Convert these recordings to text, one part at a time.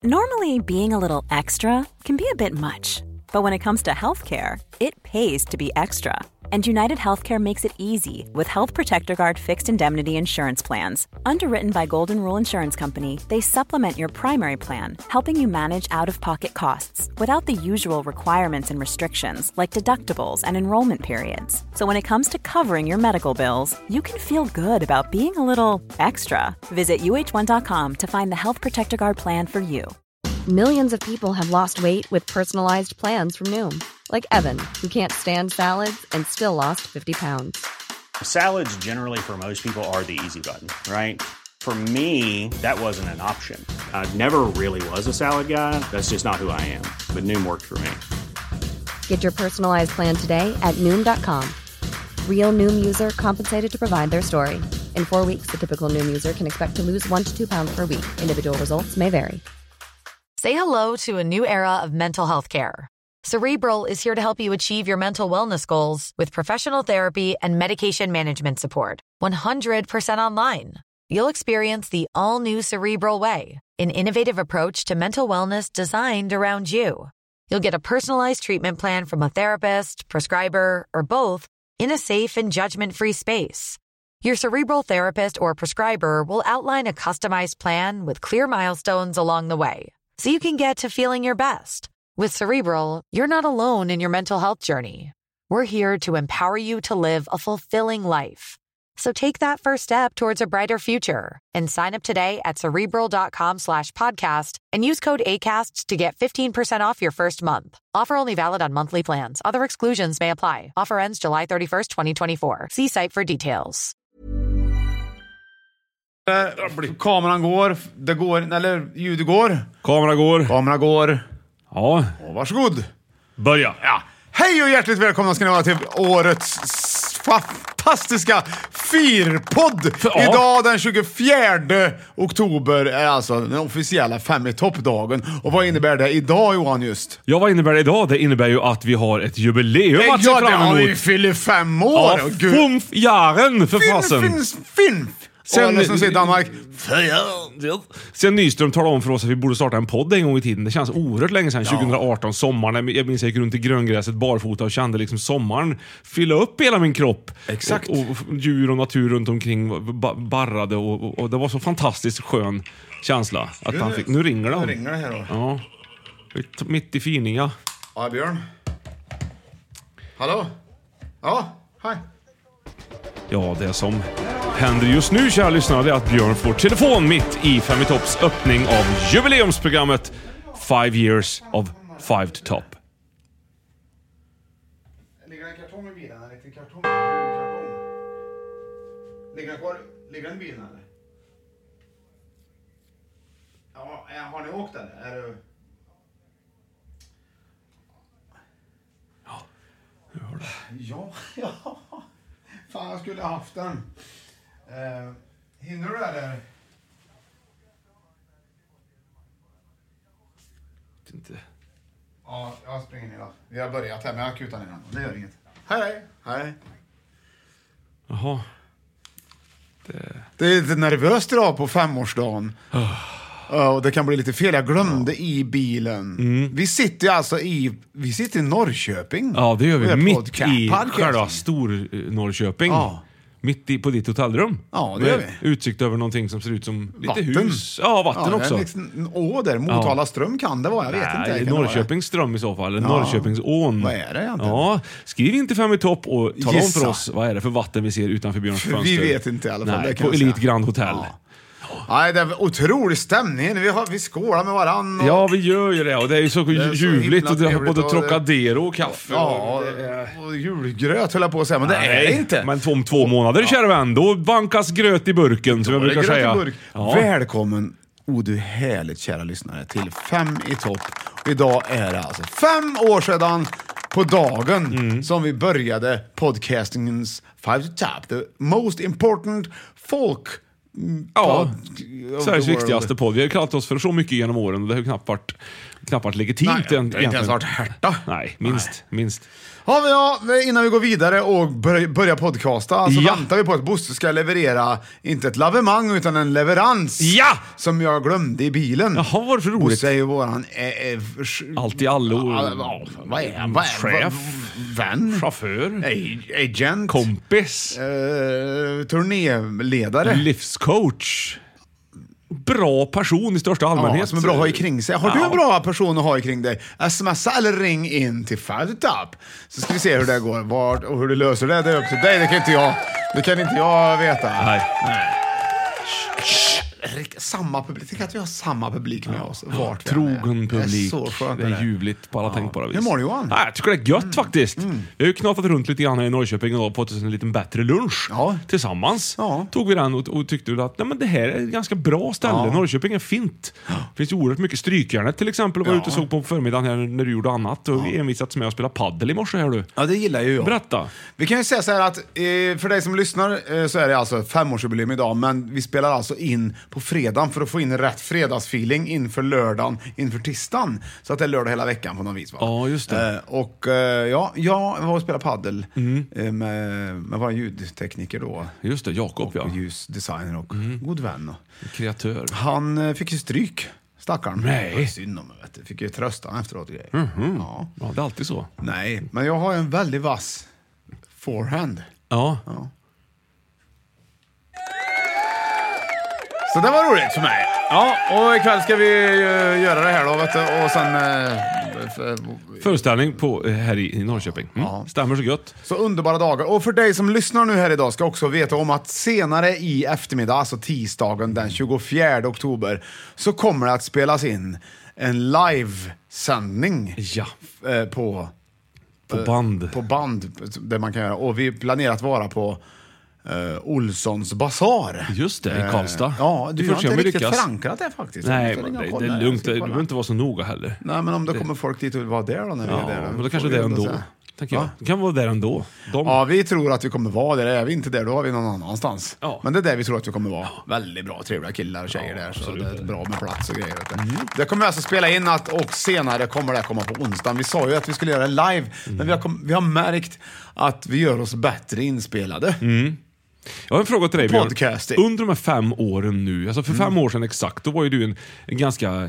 Normally, being a little extra can be a bit much, but when it comes to healthcare, it pays to be extra. And United Healthcare makes it easy with Health Protector Guard fixed indemnity insurance plans. Underwritten by Golden Rule Insurance Company, they supplement your primary plan, helping you manage out-of-pocket costs without the usual requirements and restrictions like deductibles and enrollment periods. So when it comes to covering your medical bills, you can feel good about being a little extra. Visit uh1.com to find the Health Protector Guard plan for you. Millions of people have lost weight with personalized plans from Noom. Like Evan, who can't stand salads and still lost 50 pounds. Salads generally for most people are the easy button, right? For me, that wasn't an option. I never really was a salad guy. That's just not who I am. But Noom worked for me. Get your personalized plan today at Noom.com. Real Noom user compensated to provide their story. In 4 weeks, the typical Noom user can expect to lose 1 to 2 pounds per week. Individual results may vary. Say hello to a new era of mental health care. Cerebral is here to help you achieve your mental wellness goals with professional therapy and medication management support. 100% online. You'll experience the all-new Cerebral Way, an innovative approach to mental wellness designed around you. You'll get a personalized treatment plan from a therapist, prescriber, or both in a safe and judgment-free space. Your Cerebral therapist or prescriber will outline a customized plan with clear milestones along the way, so you can get to feeling your best. With Cerebral, you're not alone in your mental health journey. We're here to empower you to live a fulfilling life. So take that first step towards a brighter future and sign up today at Cerebral.com/podcast and use code ACAST to get 15% off your first month. Offer only valid on monthly plans. Other exclusions may apply. Offer ends July 31st, 2024. See site for details. Kameran går, det går, eller ljud går. Kamera går. Ja. Varsågod. Börja. Ja. Hej och hjärtligt välkomna ska ni vara till årets fantastiska firpodd. Ja. Idag den 24 oktober är alltså den officiella 5 i toppdagen. Och vad innebär det idag, Johan, just? Ja, vad innebär det idag? Det innebär ju att vi har ett jubileum att se fram emot. Vi fyller 5 år. Ja, 5 jaren för fasen. Fin. Sen som säger Danmark. Sen Nyström talade om för oss att vi borde starta en podd en gång i tiden. Det känns oerhört länge sedan, 2018, sommaren. Jag minns jag gick runt i gröngräset barfota och kände liksom sommaren fylla upp hela min kropp. Exakt. Och djur och natur runt omkring barrade och det var så fantastiskt skön känsla att han fick. Nu ringer det. Nu ringer det här då. Ja. Mitt i fininga. Ja, Björn. Hallå? Ja, hej. Ja, det som händer just nu, kära lyssnare, det är att Björn får telefon mitt i 5 i topps öppning av jubileumsprogrammet 5 years of 5 to top. Ligger en kartong i bilen? En liten kartong? Ligger den kvar? Ligger den i bilen eller? Ja, har ni åkt eller? Är det... Ja, hur hör du? Ja. Fan, jag skulle ha haft den. Hinner du det eller? Inte. Ja, jag springer ner då. Vi har börjat här med akutan innan. Det gör inget. Hej. Jaha. Det är lite nervöst idag på 5-årsdagen. Och det kan bli lite fel. Jag glömde i bilen. Vi sitter alltså i Norrköping. Ja, det gör vi. Mitt i podcast. själva stor Norrköping. Ja. Mitt på ditt hotellrum. Ja, det gör vi. Utsikt över någonting som ser ut som lite Vatten. hus. Ja, vatten också. Liksom, där. Motala ström kan det vara. Jag vet inte. Nej, Norrköpings ström i så fall. Eller Norrköpingsån. Vad är det egentligen? Ja, skriv inte 5 i topp och tala om Gissa. för oss vad är det för vatten vi ser utanför Björns fönster. Vi vet inte i alla fall. Nej, det kan på jag säga. Elite Grand Hotel. Ja. Nej, det är otrolig stämning. Vi skålar med varann. Och... Ja, vi gör ju det. Och det är ju så ljuvligt. Och det har både och Trocadero och kaffe. Ja, och julgröt höll jag på att säga. Men det är det inte. Men om 2 månader, kära vän, då vankas gröt i burken, som jag brukar säga. Ja. Välkommen, du härligt kära lyssnare, till 5 i topp. Idag är det alltså 5 år sedan på dagen som vi började podcastingens 5 to top. The most important folk Ja, of Sveriges the world. viktigaste podd. Vi har kallat oss för så mycket genom åren och det har ju knappt varit legitimt. Nej, det har inte ens varit härta. Nej, minst. Ja, innan vi går vidare och börjar podcasta så Ja. väntar vi på att Bosse ska leverera, inte ett lavemang utan en leverans. Ja! Som jag glömde i bilen. Jaha, vad är det för roligt? Bosse är ju våran... Allt i allo. Vad är han? Chef. Vän? Chaufför. Agent? Kompis. Turnéledare? Livscoach. Bra person i största allmänhet. Ja, som är bra att ha kring sig. Har du en bra person att ha kring dig? Smsa eller ring in till Firetop. Så ska vi se hur det går. Och hur du löser det är upp till dig. Det kan inte jag veta. Nej. Samma publik. Tänk att vi har samma publik med oss. Vart vi Trogen än är. publik. Det är så skönt. Det är ljuvligt på alla tänkbara vis. Hur mår du, Johan? Nej, jag tycker det är gött faktiskt. Vi har ju knatat runt lite grann här i Norrköping och fått oss en liten bättre lunch tillsammans. Ja. Tog vi den och tyckte att nej, men det här är ett ganska bra ställe. Norrköping är fint. Det finns ju oerhört mycket strykjärnet till exempel. Och var ute och såg på förmiddagen här när du gjorde annat. Och vi envisats med att spela paddel i morse här du. Ja, det gillar ju jag. Berätta. Vi kan ju säga så här att för dig som lyssnar så är det alltså 5-årsjubileum idag, men vi spelar alltså in på fredagen för att få in rätt fredagsfeeling inför lördagen, inför tisdagen. Så att det är lördag hela veckan på något vis. Va? Ja, just det. Jag var och spelade paddel med våra ljudtekniker då. Just det, Jakob Och ljusdesigner och god vän. Kreatör. Han fick ju stryk, stackarn. Nej. Det var synd om mig, vet du. Fick ju trösta han efteråt och grejer. Ja. Ja, det är alltid så. Nej, men jag har en väldigt vass forehand. Ja. Så det var roligt för mig. Ja, och ikväll ska vi göra det här då, vet du. Och sen... Föreställning här i Norrköping. Stämmer så gött. Så underbara dagar. Och för dig som lyssnar nu här idag ska också veta om att senare i eftermiddag, alltså tisdagen den 24 oktober, så kommer det att spelas in en livesändning Ja. på band. På band, där man kan göra. Och vi planerar att vara på Olssons basar. Just det, i Karlstad. Ja, du Vi har får se inte om vi riktigt lyckas. förankrat det faktiskt. Nej, men det är lugnt. Du behöver inte vara så noga heller. Nej, men om det kommer folk dit och vill vara där då när vi är där. Men då kanske det är ändå. Tänker jag. Det kan vara där ändå. Ja, vi tror att vi kommer vara där. Är vi inte där, då har vi någon annanstans. Ja. Men det är där vi tror att vi kommer vara. Väldigt bra, trevliga killar och tjejer där. Så det är bra med plats och grejer. Det kommer vi alltså spela in och senare kommer det komma på onsdagen. Vi sa ju att vi skulle göra det live. Men vi har märkt att vi gör oss bättre inspelade. Jag har en fråga till dig, Björn. Podcasting. Under de här 5 åren nu, alltså för 5 år sedan exakt, då var ju du en ganska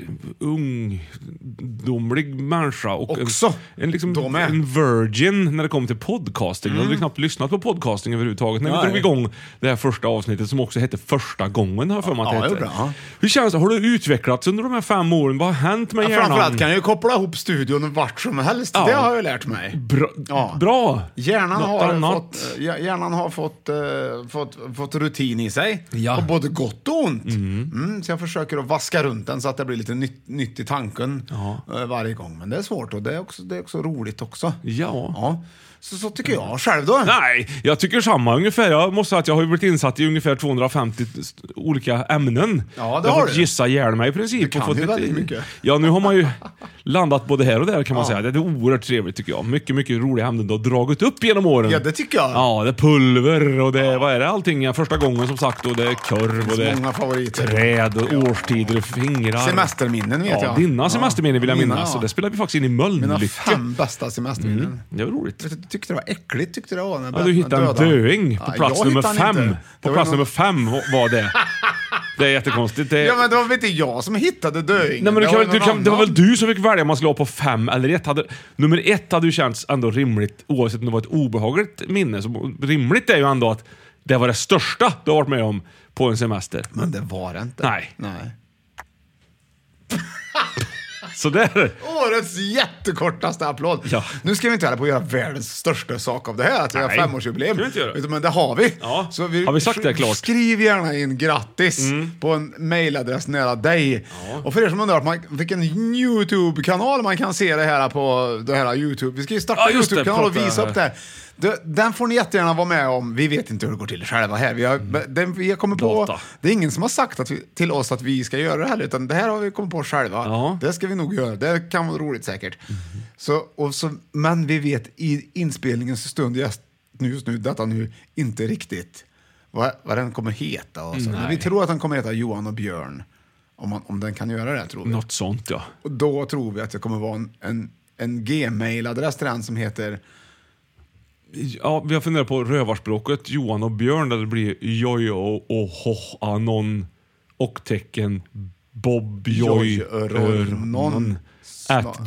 ungdomlig människa. Och också. En virgin när det kom till podcasting. Du hade knappt lyssnat på podcasting överhuvudtaget. När vi drog igång det här första avsnittet som också hette Första gången, har jag för mig att det hette. Hur känns det? Har du utvecklats under de här 5 åren? Vad har hänt med hjärnan? Framförallt kan jag ju koppla ihop studion vart som helst. Det har jag lärt mig. Bra. Hjärnan har fått rutin i sig. Ja. Och både gott och ont. Så jag försöker att vaska runt den så att det blir lite nytt i tanken varje gång. Men det är svårt och det är också roligt också. Ja. Så tycker jag själv då. Nej, jag tycker samma ungefär. Jag måste säga att jag har blivit insatt i ungefär 250 olika ämnen. Ja, det jag har har fått du. gissa ihjäl mig i princip. Du kan ju väldigt mycket. Ja, nu har man ju landat både här och där kan man säga. Det är oerhört trevligt tycker jag. Mycket, mycket roliga ämnen du har dragit upp genom åren. Ja, det tycker jag. Ja, det är pulver och det är, vad är det, allting första gången som sagt, och det är korv och det är många favoriter. träd och årstider och fingrar. Semesterminnen vet jag. Dina semesterminnen vill jag minnas. Mina, Så det spelar vi faktiskt in i Mina Mölnlycke. 5 bästa semesterminnen. Det var roligt. Jag tyckte det var äckligt, tyckte det var. Ja, du hittade en döing på plats nummer 5. På plats nummer 5 var det. Det är jättekonstigt. Ja, men det var väl inte jag som hittade döingen. Nej, men det var väl du som fick välja om man skulle ha på 5 eller 1. Nummer 1 hade ju känts ändå rimligt, oavsett om det var ett obehagligt minne. Så rimligt är ju ändå att det var det största du har varit med om på en semester. Men det var det inte. Nej. Så där. Årets jättekortaste applåd. Ja. Nu ska vi inte hålla på att göra världens största sak av det här, att vi har 5-årsjubileum. Ska vi inte göra. Men det har vi. Ja. Så Har vi sagt det klart? Skriv gärna in grattis på en mailadress nära dig. Ja. Och för er som undrar vilken YouTube-kanal man kan se det här på, det här YouTube. Vi ska ju starta en YouTube-kanal och visa upp det här. Den får ni jättegärna vara med om. Vi vet inte hur det går till själva här. Vi har kommit på. Det är ingen som har sagt till oss att vi ska göra det här, utan det här har vi kommit på själva. Ja. Det ska vi nog göra. Det kan vara roligt säkert. Men vi vet i inspelningens stund just nu, detta nu, inte riktigt vad den kommer heta. Och så. Men vi tror att den kommer heta Johan och Björn. Om den kan göra det, tror vi. Något sånt, ja. Och då tror vi att det kommer vara en gmail-adress till den som heter... Ja, vi har funderat på rövarspråket Johan och Björn, där det blir jojo och anon och tecken Bob Joy at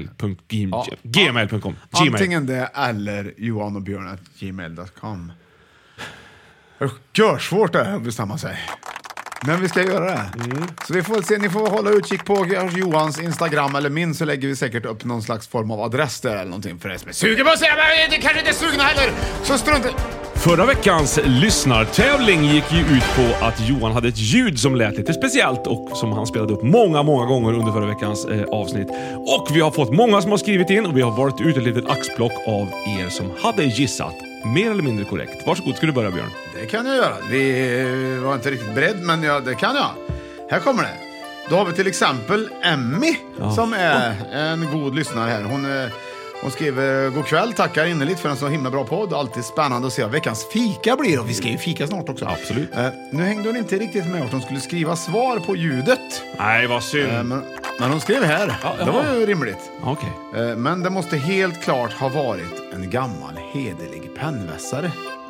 gmail.com. Antingen det eller Johan och Björn at gmail.com. Görsvårt det här att bestämma sig. Men vi ska göra det. Så vi får se, ni får hålla utkik på Johans Instagram eller min, så lägger vi säkert upp någon slags form av adress där eller någonting för det som är sugen på att säga, men det kanske inte är sugna heller. Så strunt. Förra veckans lyssnartävling gick ju ut på att Johan hade ett ljud som lät lite speciellt och som han spelade upp många gånger under förra veckans avsnitt. Och vi har fått många som har skrivit in och vi har varit ute ett litet axplock av er som hade gissat mer eller mindre korrekt. Varsågod, ska du börja, Björn? Det kan jag göra. Vi var inte riktigt beredd, men det kan jag. Här kommer det. Då har vi till exempel Emmy som är en god lyssnare här. Hon skriver: god kväll, tackar innerligt för en så himla bra podd. Alltid spännande att se vad veckans fika blir. Och vi ska ju fika snart också. Absolut. Nu hängde hon inte riktigt med att hon skulle skriva svar på ljudet. Nej, vad synd. Men hon skrev här. Det var ju rimligt. Okej. Men det måste helt klart ha varit en gammal hederlig pennvässare.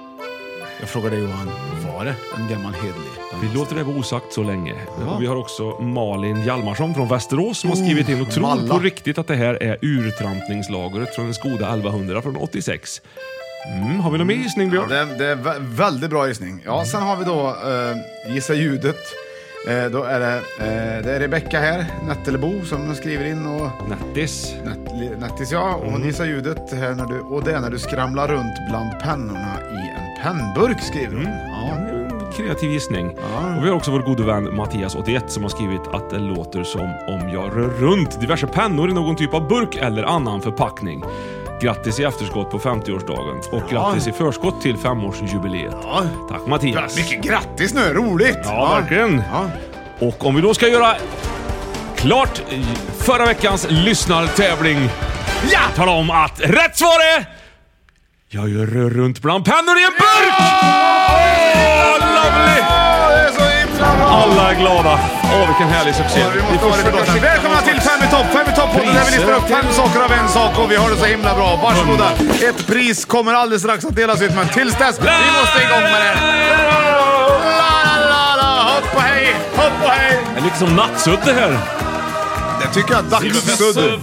Jag frågar dig, Johan, var det en gammal hederlig? Vi låter det vara osagt så länge. Ja. Vi har också Malin Hjalmarsson från Västerås som har skrivit in och tror på riktigt att det här är urtrampningslagret från en Skoda 1100 från 86. Har vi någon mer gissning, Björn? Ja, det är väldigt bra gissning. Ja, sen har vi då gissa ljudet. Då är det är Rebecka här, Nättelebo, som skriver in och... Nettis, ja. Och hon gissar ljudet här och det är när du skramlar runt bland pennorna i en pennburk, skriver hon. Ja. Kreativ gissning. Ja. Och vi har också vår gode vän Mattias 81 som har skrivit att det låter som om jag rör runt diverse pennor i någon typ av burk eller annan förpackning. Grattis i efterskott på 50-årsdagen. Och grattis i förskott till 5-årsjubileet. Ja. Tack, Mattias. Mycket grattis nu, roligt. Ja, verkligen. Ja. Och om vi då ska göra klart förra veckans lyssnartävling. Ja! Tala om att rätt svar är... Jag rör runt bland pennor i en burk! Lovely! Det är så himla bra! Alla är glada. Vilken härlig succé. Välkomna till 5 i topp. 5 i topp, där vi listar upp 5 saker av en sak och vi har det så himla bra. Varsågoda. Ett pris kommer alldeles strax att delas ut, men tills dess, vi måste igång med det. Hopp och hej, hopp och hej. Det är liksom nattsudde här. Jag tycker att dagssudd.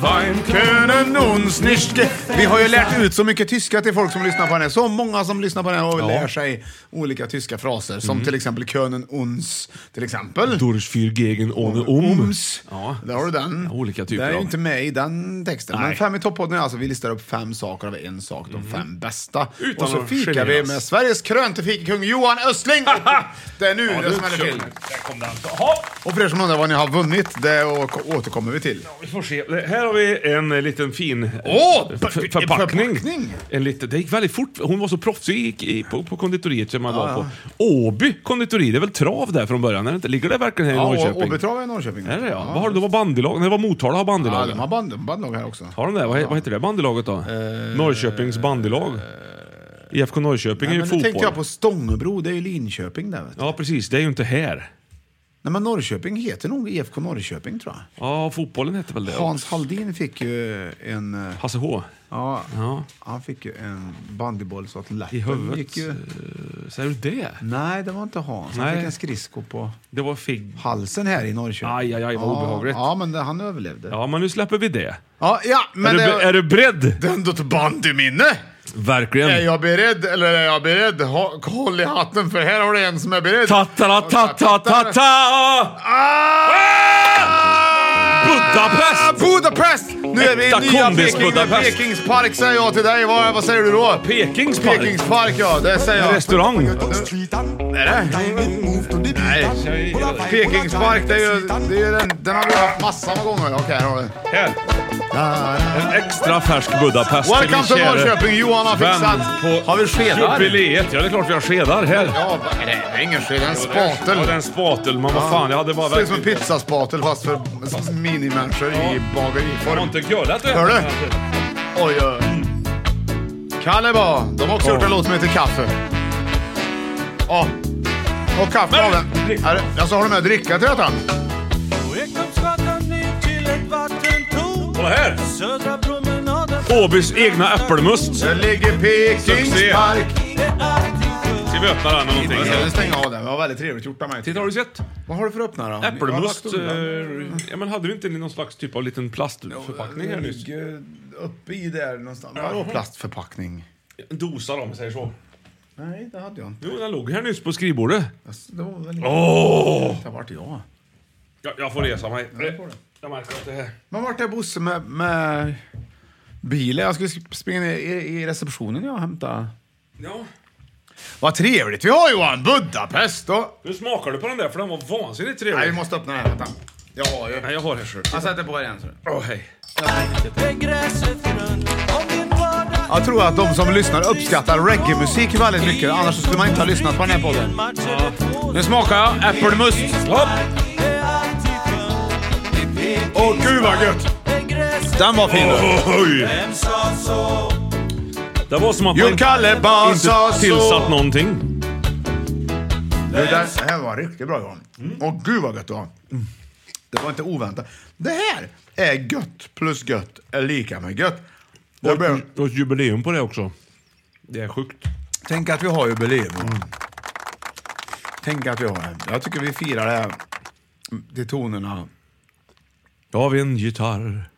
Vi har ju lärt ut så mycket tyska till folk som lyssnar på den här. Så många som lyssnar på den här och lär sig olika tyska fraser. Som till exempel Können uns. Till exempel Durch vier gegen ohne ums. Ja, där har du den. Olika typer. Det är ju inte med i den texten. Nej. Men 5 i toppodden är alltså vi listar upp 5 saker av en sak. De 5 bästa. Utan och så fikar vi med Sveriges kröntefikekung Johan Östling. Det är nu det som är till. Där kom den. Och för er som undrar vad ni har vunnit, det återkommer vi till. Ja, vi får se. Här har vi en liten fin förpackning. Det gick väldigt fort. Hon var så proffsig på konditoriet som man var på. Åby konditori, det är väl trav där från början? Är det inte? Ligger det verkligen här i Norrköping? Åby trav är i Norrköping. Är det, ja. Vad har du? Det var bandylag. Det var Motala har bandylag. Ja, de har bandylag här också. Har de det? Vad heter det bandylaget då? Norrköpings bandylag. IFK Norrköping är ju fotboll. Nu tänkte jag på Stångebro, det är ju Linköping där, vet du. Ja, precis. Det är ju inte här. Nej, men Norrköping heter nog IFK Norrköping, tror jag. Ja, fotbollen heter väl det. Hans Halldin fick ju en... Hasse H. Ja, han fick ju en bandyboll så att läppen i huvudet. Gick ju... Säger du det? Nej, det var inte Hans. Han fick en skridsko på det var halsen här i Norrköping. Aj, vad obehagligt. Ja, men han överlevde. Ja, men nu släpper vi det. Ja, men är du beredd? Det är ändå ett bandyminne. Verkligen. Är jag beredd eller är jag beredd? Håll i hatten, för här har du en som är beredd. Budapest! Nu är vi i nya Pekings park, säger jag till dig. Vad säger du då? Pekings park, ja, det säger jag. Restaurang. Är det? Nej. Pekings park, det är ju den har vi haft massor av gånger. Okej, här har du. Här. En extra färsk Budapest. Welcome to Norrköping, Johan har fixat. Har vi skedar? Jubileet, ja det är klart vi har skedar här. Ja, det är ingen sked, en spatel. Ja, det är en spatel, men vad fan, jag hade bara... Det är som en pizzaspatel fast för minimänniskor i bageriform. Har inte gullat det? Hör du? Oj. Kalle, de har också gjort en låt som heter Kaffe. Och kaffe av den. Jag har du med dricka till detta. Kolla här! Åbys egna äppelmust. Det ligger Pekings park. Ska vi öppna den någonting? Jag stänger av den. Det var väldigt trevligt gjort av mig. Titta, har du sett? Vad har du för öppnare då? Äppelmust. Ja, men hade vi inte någon slags typ av liten plastförpackning här nyss? Uppe i där någonstans. Vadå plastförpackning? En dosa då, om vi säger så. Nej, det hade jag inte. Jo, den låg här nyss på skrivbordet. Det var väl Det vart jag. Jag får resa mig. Jag märker att det här. Men vart är Bosse med bilen? Jag skulle springa ner i receptionen och hämta. Ja. Vad trevligt vi har, Johan. Budapest då. Hur smakar du på den där? För den var vansinnigt trevlig. Nej, vi måste öppna den här. Vänta. Jag har ju. Nej, jag har här själv. Jag sätter på här igen. Hej. Jag tror att de som lyssnar uppskattar reggae-musik väldigt mycket. Annars skulle man inte ha lyssnat på den här podden. Ja. Nu smakar jag äppelmust. Hopp. Åh, gud vad gött. Den var fin. Oj. Det var som att man inte tillsatt någonting. Det här var riktigt bra, Johan. Åh, gud vad gött det var. Det var inte oväntat. Det här är gött plus gött är lika med gött. Det är ett jubileum på det också. Det är sjukt. Tänk att vi har jubileum. Tänk att vi har det. Jag tycker vi firar det här till tonerna. Då har vi en gitarr.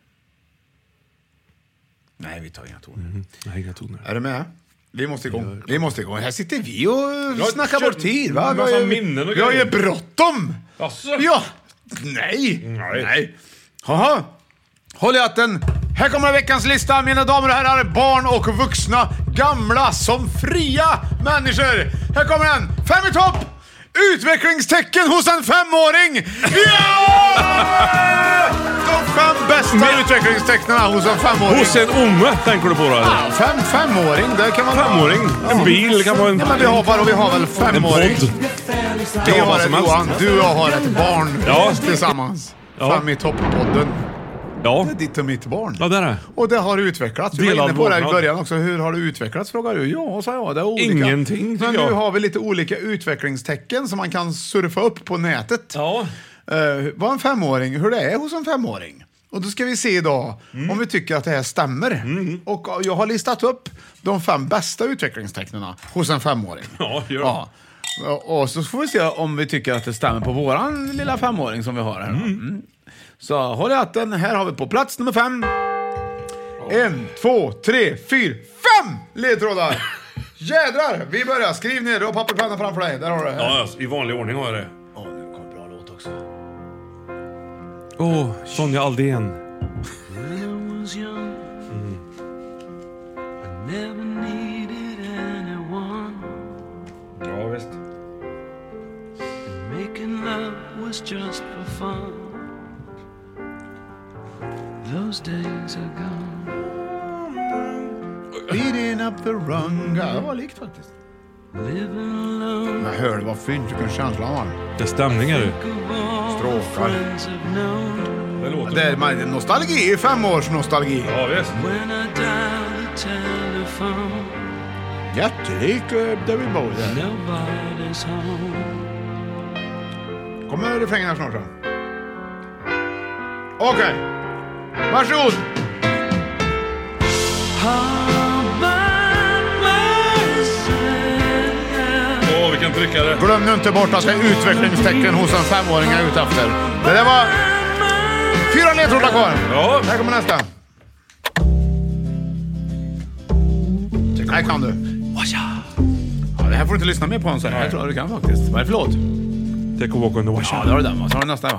Nej, vi tar inga toner. Nej, inga toner. Är du med? Vi måste igång. Vi måste igång. Här sitter vi och snackar bort tid. Va? Vi har ju bråttom. Asså? Ja. Nej. Haha. Håll i hatten. Här kommer veckans lista, mina damer och herrar. Barn och vuxna. Gamla som fria människor. Här kommer den. 5 i topp. Utvecklingstecken hos en 5-åring. Ja! De 5 bästa utvecklingstecknen hos en 5-åring. Hos en unge, tänker du på då? Ja, 5-åring, det kan man... 5-åring? En bil kan vara en... Ja, men vi har väl 5-åring. Vi har ett, Johan, du och jag har ett barn tillsammans. 5 i topp-podden. Ja. Det är ditt och mitt barn. Ja, det är det. Och det har utvecklats. Vi var inne på det i början också. Hur har det utvecklats, frågar du? Ja, sa jag. Det är olika. Ingenting, men nu har vi lite olika utvecklingstecken som man kan surfa upp på nätet. Ja. Vad en 5-åring, hur det är hos en 5-åring. Och då ska vi se idag om vi tycker att det här stämmer. Och jag har listat upp de 5 bästa utvecklingstecknena hos en 5-åring. Ja, gör det. Ja. Och så får vi se om vi tycker att det stämmer på våran lilla 5-åring som vi har här. Så håll i hatten, här har vi på plats nummer 5. 1, 2, 3, 4, 5 ledtrådar. Jädrar, vi börjar. Skriv ner, du har papper och penna framför dig. Där har du det. Ja, i vanlig ordning har jag det. Nu kommer bra låt också. Sonja Aldén. Ja, visst. Making love was just for fun. Those days are gone. Beating up the run. Ja, det var likt faktiskt. Living alone. Jag hörde vad fint, vilken känsla han var. Det är stämning är det. Stråkar. Det låter det är nostalgi, 5-års nostalgi. Ja, visst. When I dial the telephone. Jättelik David Bowie där. Nobody's home. Kommer refrängen här snart då? Okej. Varsågod. Vilken tryckare. Glöm nu inte bort att det är utvecklingstecken hos en 5-åring jag är ute efter. Det där var 4 ledtrådar kvar. Ja. Här kommer nästa. Här kan du. Ja, det här får du inte lyssna mer på en sån här. Jag tror du kan faktiskt. Vad är det för låt? Take a walk on the wash. Ja, det har du den va. Så har du nästa va.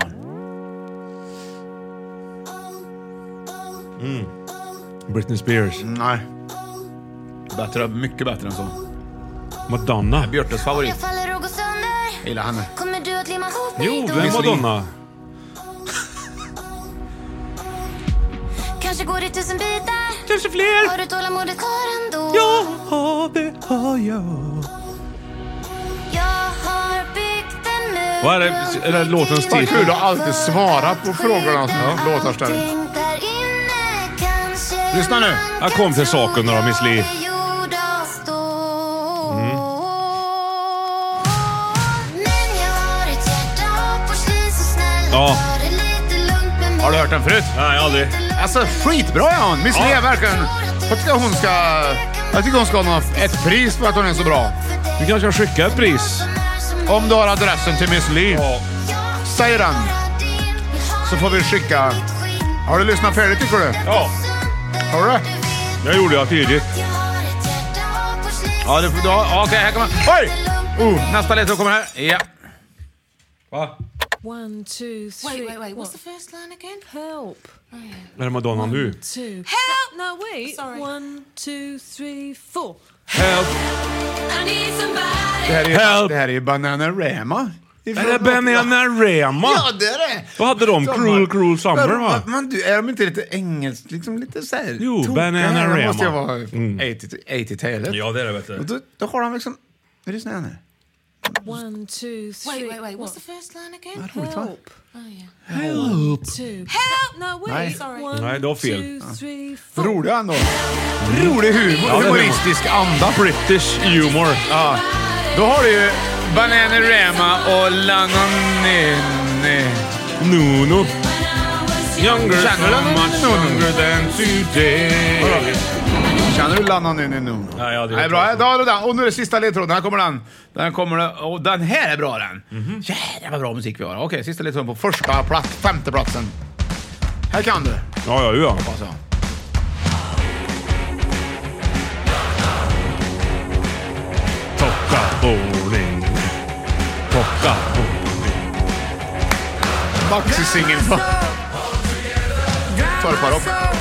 Britney Spears. Nej. Bättre, mycket bättre än så. Madonna. Björtes favorit. Jag gillar henne. Jo, det är Madonna. Kanske går det 1000 bitar. Kanske fler. Har du tålamodet kvar ändå? Ja, det har jag. Jag har byggt en mur. Vad är det låtens Vad titel? kul att alltid svara på frågorna som låtar ställer. Lyssna nu. Jag kom till saken då, Miss Li. Nej, Ja. Har du hört den förut? Nej, aldrig. Alltså skitbra är hon. Miss Li verkligen. Jag tycker hon ska ha ett pris för att hon är så bra. Vi kanske ska skicka ett pris. Om du har adressen till Miss Li. Ja. Säg den. Så får vi skicka. Har du lyssnat färdigt tycker du? Ja. Har du det? Det gjorde jag tidigt. Ja, okej, här kommer. Oj! Nästa ledtråd kommer här. Ja. Va? 1, 2, 3. Wait. What's the first line again? Help. Är det Madonna nu? 2. Help! No, wait. Sorry. 1, 2, 3, 4. Help! Det här är ju Bananarama. Är det Bananarama? Ja, det är det. Vad hade de? Cruel Summer, va? Men du, är de inte lite engelskt? Liksom lite såhär... Jo, Bananarama. Det måste ju vara 80-talet. Ja, det är det, vet du. Och då har de liksom... Lyssna här nu. 1, 2, 3. Wait. What's the first line again? Roligt, va? Help. Help. 2. Help! No, wait. Nej. Sorry. Nej, det var fel. 2, 3, 4. Rolig ändå. Rolig humor. Ja, det är humoristisk anda. British humor. Ja. Då har du ju Bananarama och Lananene. Nuno. Younger, Känner du so den? much younger than today. Känner du Lananene nu? Nej, ja, det är Nej, bra. klart. Då har du den. Och nu är det sista ledtråden. Här kommer den. Den kommer... Och den här är bra den. Jävlar vad bra musik vi har. Okej, sista ledtråden på första plats. 5:e platsen. Här kan du. Ja. Hoppas jag. Tocka bowling. Tocka bowling. Maxi-singel på... Torparock.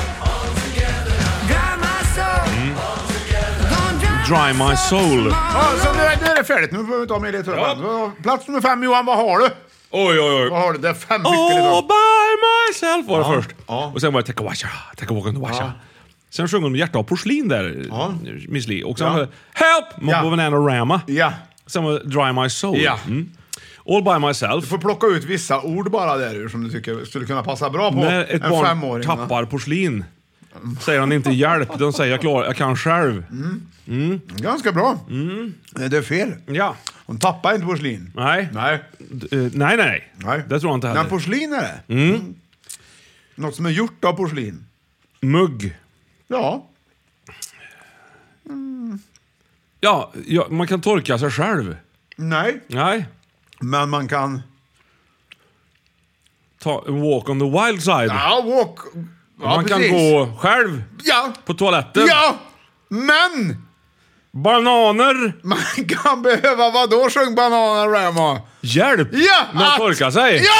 Dry my soul. Ja, så nu är det färdigt. Nu får vi ta med ledtråden. Ja. Plats nummer 5, Johan. Vad har du? Oj. Vad har du? Det är 5 mycket All ledtråd. by myself var det först. Ja. Och sen var det Take a walk on the washa. Sen sjöng hon Hjärta av porslin där, Miss Li. Och sen var det Help! Bananarama. Ja. Sen var det Dry my soul. Ja. All by myself. Du får plocka ut vissa ord bara där ur som du tycker skulle kunna passa bra på När ett en barn 5-åring. tappar porslin säger han inte hjälp, de säger jag kan själv. Ganska bra. Det är fel. Ja. Hon tappar inte porslin. Nej. Nej. Nej. Det tror jag inte heller. Men porslin är det. Något som är gjort av porslin. Mugg. Ja. Ja, man kan torka sig själv. Nej. Men man kan... Ta en walk on the wild side. Ja, walk... Ja, man precis. kan gå själv på toaletten. Ja! Men... Bananer! Man kan behöva vadå, sjöng Bananarama? Hjälp! Ja! Med att torka sig. Ja!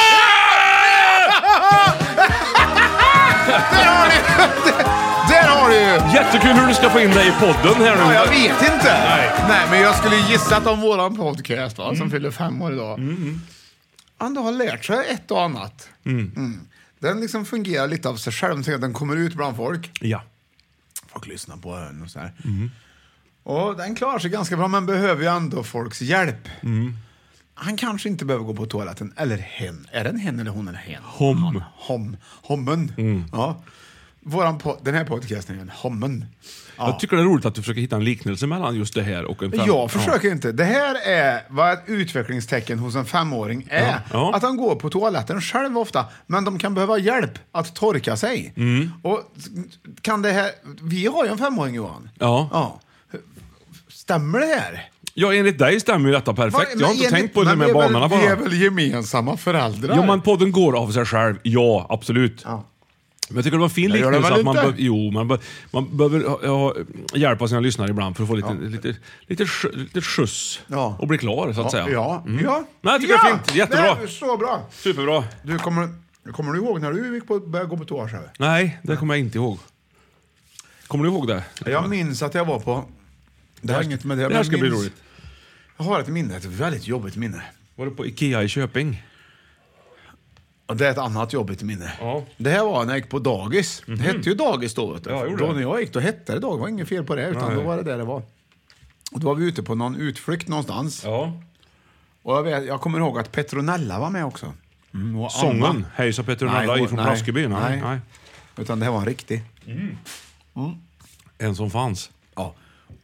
Där har du ju! Jättekul hur du ska få in dig i podden här nu. Ja, jag vet inte. Nej, men jag skulle gissa att om våran podcast som fyller 5 år idag ändå har lärt sig ett och annat. Den liksom fungerar lite av sig själv. Den kommer ut bland folk. Ja. Folk lyssnar på den och så här. Och den klarar sig ganska bra, men behöver ju ändå folks hjälp. Han kanske inte behöver gå på toaletten. Eller hen. Är det en hen eller hon eller hen? Hommen. Ja. Den här podcasten är en hommen. Ja. Jag tycker det är roligt att du försöker hitta en liknelse mellan just det här och en 5. Jag försöker inte. Det här är vad ett utvecklingstecken hos en 5-åring är. Ja. Att han går på toaletten själv ofta. Men de kan behöva hjälp att torka sig. Och kan det här... Vi har ju en 5-åring, Johan. Ja. Stämmer det här? Ja, enligt dig stämmer ju detta perfekt. Jag har inte tänkt på de här banorna bara. Vi är väl gemensamma föräldrar? Ja, men podden går av sig själv. Ja, absolut. Ja. Men jag tycker det var fin liknelse att man behöver ha hjälp av sina lyssnare ibland för att få lite skjuts och bli klar, så att säga. Ja. Nej, jag tycker det är fint. Jättebra. Det är så bra. Superbra. Du kommer du ihåg när du började gå på toa själv? Nej, det kommer jag inte ihåg. Kommer du ihåg det? Jag minns att jag var på... Det har inget med det. Det här ska bli roligt. Jag har ett minne, ett väldigt jobbigt minne. Var du på Ikea i Köping? Och det är ett annat jobbigt minne. Ja. Det här var när jag gick på dagis. Det hette ju dagis då, vet du. Ja, Då när jag gick, då hette det dag. Det var inget fel på det, utan då var det det var. Och då var vi ute på någon utflykt någonstans. Ja. Och jag kommer ihåg att Petronella var med också. Och Sången? Anna. Hejsa Petronella ifrån Plaskeby? Nej. Utan det här var en riktig. En som fanns. Ja.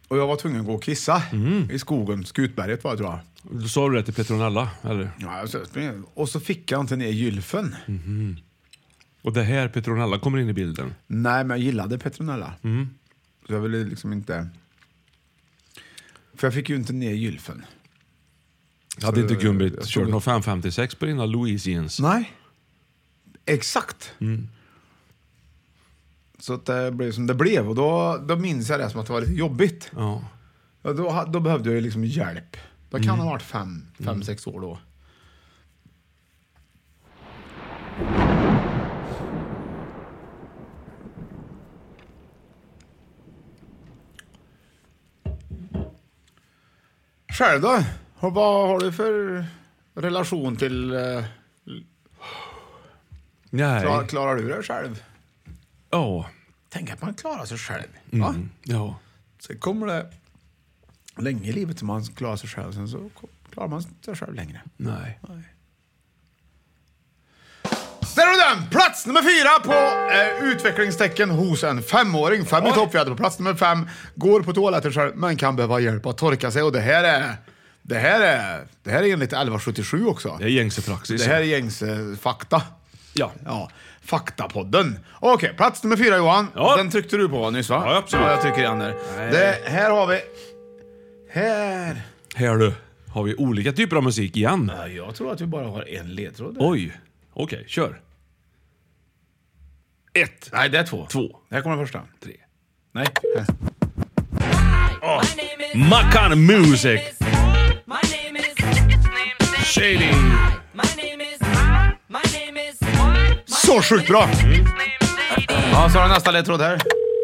Och jag var tvungen att gå och kissa i skogen, Skutberget var det, tror jag. Du sa det till Petronella, eller? Ja, och så fick jag inte ner gylfen. Och det här Petronella kommer in i bilden? Nej, men jag gillade Petronella. Så jag ville liksom inte... För jag fick ju inte ner gylfen. Hade inte Gumbit kört någon 556 på dina Louise jeans? Nej. Exakt. Så att det blev som det blev. Och då minns jag det som att det var lite jobbigt. Ja. Då behövde jag ju liksom hjälp. Då kan det ha varit 5-6 år då. Själv då? Vad har du för relation till... Nej. Klarar du det själv? Ja. Tänk att man klarar sig själv. Va? Ja. Sen kommer det länge i livet som man klarar sig själv. Sen så klarar man sig själv längre. Nej. Där har du den! Plats nummer 4 på utvecklingstecken hos en 5-åring. 5 i topp, vi hade på plats nummer 5. Går på toaletten själv, men kan behöva hjälp att torka sig. Och det här är enligt 1177 också. Det är gängse praxis. Det här är gängse fakta. Ja. Faktapodden. Okej, plats nummer 4, Johan. Ja. Den tryckte du på nyss, va? Ja, absolut. Ja, jag trycker igen där. Här har vi... Här du, har vi olika typer av musik igen. Ja, jag tror att vi bara har en ledtråd. Oj, okej, kör. 1. Nej, det är 2. 2. Här kommer den första. 3. Nej. Macan Music. Shady. Så sjukt bra! Ja, så har du nästa ledtråd här.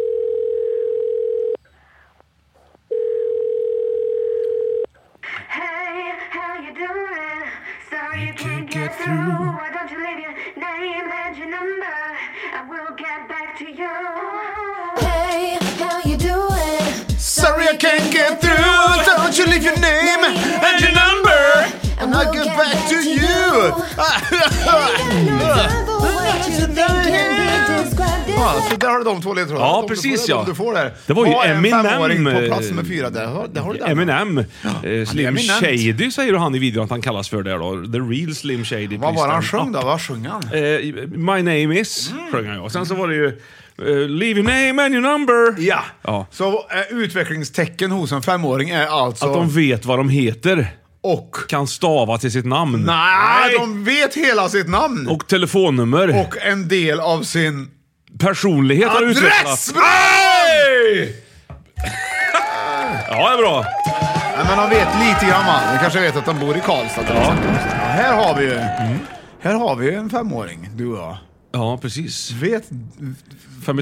Hey, how you doing? Sorry you can't get through. Why don't you leave your name and your number? I will get back to you. Hey, how you doing? Sorry I can't get through. Don't you leave your name and your number, and I'll get back to you. Ja, så där har du de 2 ledtrådarna. Ja, precis, ja. Du får där. Det var ju Eminem Eminem. på plats nummer 4. Där har du den. Eminem. Slim eminent. Shady säger han i videon att han kallas för där då. The real Slim Shady. Vad var han sjöng då? Vad sjöng han? My name is, sjöng han, ja. Sen så var det ju leave your name and your number. Ja. Så utvecklingstecken hos en 5-åring är alltså... Att de vet vad de heter. Och... Kan stava till sitt namn. Nej, de vet hela sitt namn. Och telefonnummer. Och en del av sin... personlighet har utvecklats. Adress! Ja, det är bra. Nej, men de vet lite grann, man. De kanske vet att de bor i Karlstad. Ja. Här har vi ju... Här har vi en 5-åring, du och jag. Ja, precis. Man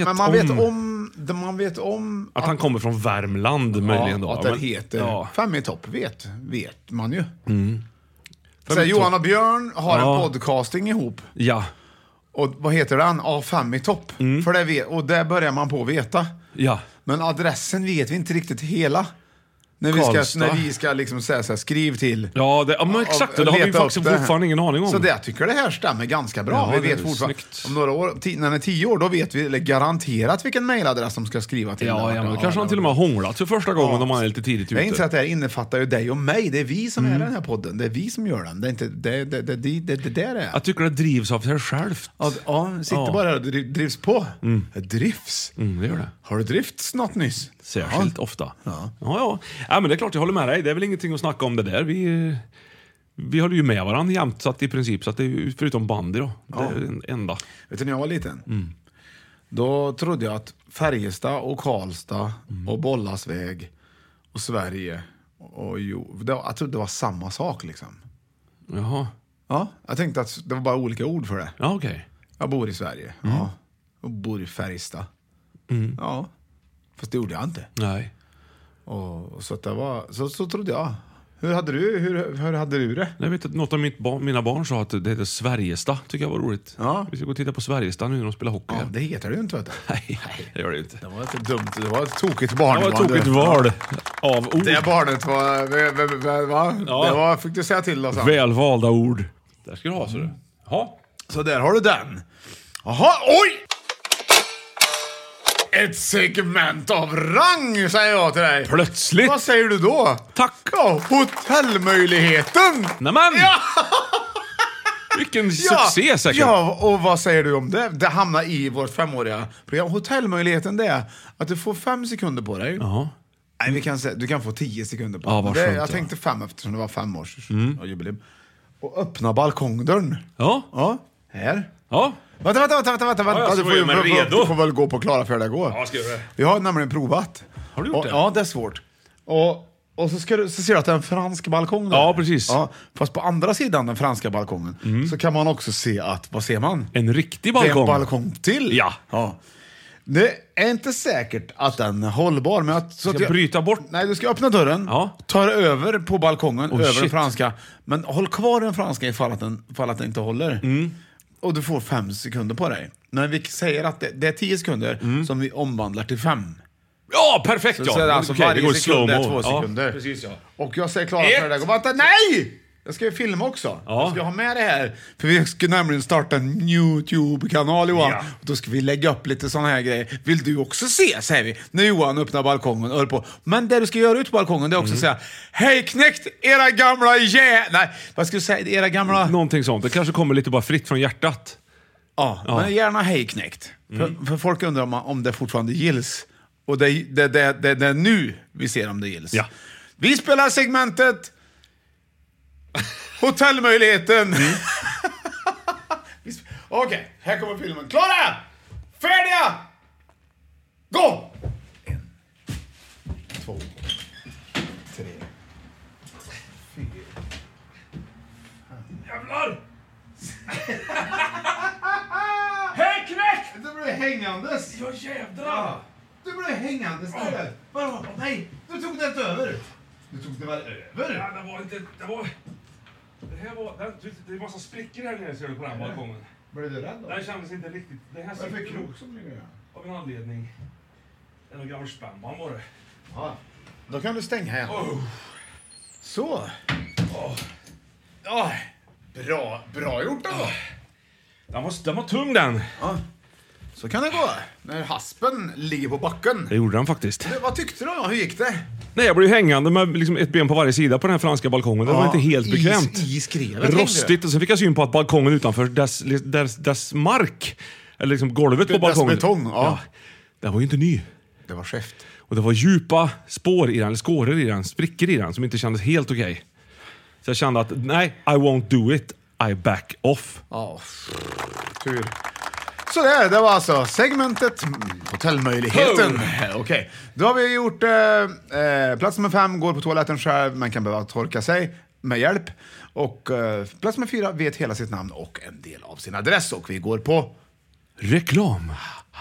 vet om att han kommer från Värmland möjligen då. Att det heter 5 i topp, vet man ju. Så Johan och Björn har en podcasting ihop. Ja. Och vad heter den? 5 i topp. För det och där börjar man på att veta. Ja. Men adressen vet vi inte riktigt hela. När vi ska liksom säga så här, skriv till. Ja, men exakt. Det har vi faktiskt fortfarande ingen aning om. Så det, jag tycker det här stämmer ganska bra. Ja, vi vet fortfarande. Snyggt. Om några år, när den är 10 år, då vet vi garanterat vilken mailadress de ska skriva till. Ja, men kanske han till och med har hånglat för första gången om han är lite tidigt ute. Jag inser att det här innefattar ju dig och mig. Det är vi som är den här podden. Det är vi som gör den. Det är inte det där är. Jag tycker det drivs av sig självt. Sitter bara här och drivs på. Drivs. Det gör det. Har du drifts något nyss? Särskilt ofta. Ja, men det är klart jag håller med dig. Det är väl ingenting att snacka om det där. Vi håller ju med varandra jämt, så att i princip, så att det är förutom bandy då. Det är den enda. Vet du, när jag var liten, då trodde jag att Färjestad och Karlstad och Bollasväg och Sverige och jag trodde det var samma sak liksom. Jaha. Ja, jag tänkte att det var bara olika ord för det. Ja, okej. Jag bor i Sverige. Ja. Och bor i Färjestad. Ja. Fast det gjorde jag inte. Nej. Och så att det var så trodde jag. Hur hade du det? Jag vet att något av mina barn sa att det heter Sverigestad. Tycker jag var roligt. Ja. Vi ska gå och titta på Sverigestad nu när de spelar hockey. Ja, det heter det ju inte, vet du. Nej, det gör det inte. Det var ett dumt, det var ett tokigt barn. Det var ett tokigt val av ord. Det barnet var Ja. Det var, fick du säga till oss. Välvalda ord. Där ska du ha, så du. Ja. Så där har du den. Jaha, oj! ett segment av rang, säger jag till dig. Plötsligt. Vad säger du då? Tack. Ja, hotellmöjligheten. Nämen! Ja! Vilken succé säkert. Ja, och vad säger du om det? Det hamnar i vårt 5-åriga program. Hotellmöjligheten, det är att du får 5 sekunder på dig. Ja. Nej, vi kan säga, du kan få 10 sekunder på Ja, dig. vad Det, skönt, jag ja. tänkte 5 eftersom det var 5 års jubileum. Och öppna balkongdörren. Ja. Ja, här. Ja. Vänta. Ja, Du så var jag med redo. du får väl gå på Klara för det går. Ja, ska jag göra det. Vi har nämligen provat. Har du gjort det? Ja, det är svårt. Och så ser du att det är en fransk balkong där. Ja, precis. Ja, fast på andra sidan den franska balkongen så kan man också se att, vad ser man? En riktig Det är balkong. en balkong till. Ja. Det är inte säkert att den är hållbar. Men att, så Ska jag bryta bort? Nej, du ska öppna dörren, Ja. ta dig över på balkongen, över den shit. franska. Men håll kvar den franska ifall att den inte håller. Mm. Och du får 5 sekunder på dig. Men vi säger att det är 10 sekunder som vi omvandlar till 5. Ja, perfekt Så ja. är det alltså Okej, det varje går i sekund är slow-mo. 2 sekunder. Ja, precis ja. Och jag säger Klara för det där. Vänta, nej! Jag ska ju filma också. Ja. Jag ska ha med det här. För vi ska nämligen starta en YouTube-kanal, Johan. Ja. Och då ska vi lägga upp lite såna här grejer. Vill du också se, säger vi. När Johan öppnar balkongen och höll på. Men det du ska göra ut på balkongen, det är också säga: hej knäckt, era gamla Nej, vad ska du säga? Era gamla... Någonting sånt. Det kanske kommer lite bara fritt från hjärtat. Ja, men gärna hej knäckt. För folk undrar om det fortfarande gills. Och det är nu vi ser om det gills. Ja. Vi spelar segmentet Hotellmöjligheten. Okej, här kommer filmen. Klara! Färdiga! Gå! 1, 2, 3, 4. Jävlar! Hej knäck! Du blev hängandes. Ja jävlar! Du blev hängandes där. Vadå? Nej, du tog det inte över. Du tog det väl över? Ja, det var inte... Det här var... Det är massa sprickor här nere ser du på den här balkongen. Blev du rädd då? Det kändes inte riktigt... Det här Varför krok som du gör? av en anledning. Det är någon gammal spännman var det. Ja, då kan du stänga här. Så. Bra gjort då. Den var tung den. Ja. Så kan det gå. När haspen ligger på backen. Det gjorde den faktiskt. Vad tyckte du då? Hur gick det? Nej, jag blev ju hängande med liksom ett ben på varje sida på den här franska balkongen. Det var inte helt bekvämt. I skrevet. Rostigt. Och sen fick jag syn på att balkongen utanför dess mark, eller liksom golvet på Dess balkongen. betong, ja. Det var ju inte ny. Det var skeft. Och det var djupa spår i den, eller skåror i den, sprickor i den som inte kändes helt okej. Så jag kände att nej, I won't do it. I back off. Ja, tur. Så det var alltså segmentet Hotellmöjligheten. Okej. Då har vi gjort plats nummer 5, går på toaletten själv, man kan behöva torka sig med hjälp. Och plats nummer 4, vet hela sitt namn och en del av sin adress. Och vi går på reklam.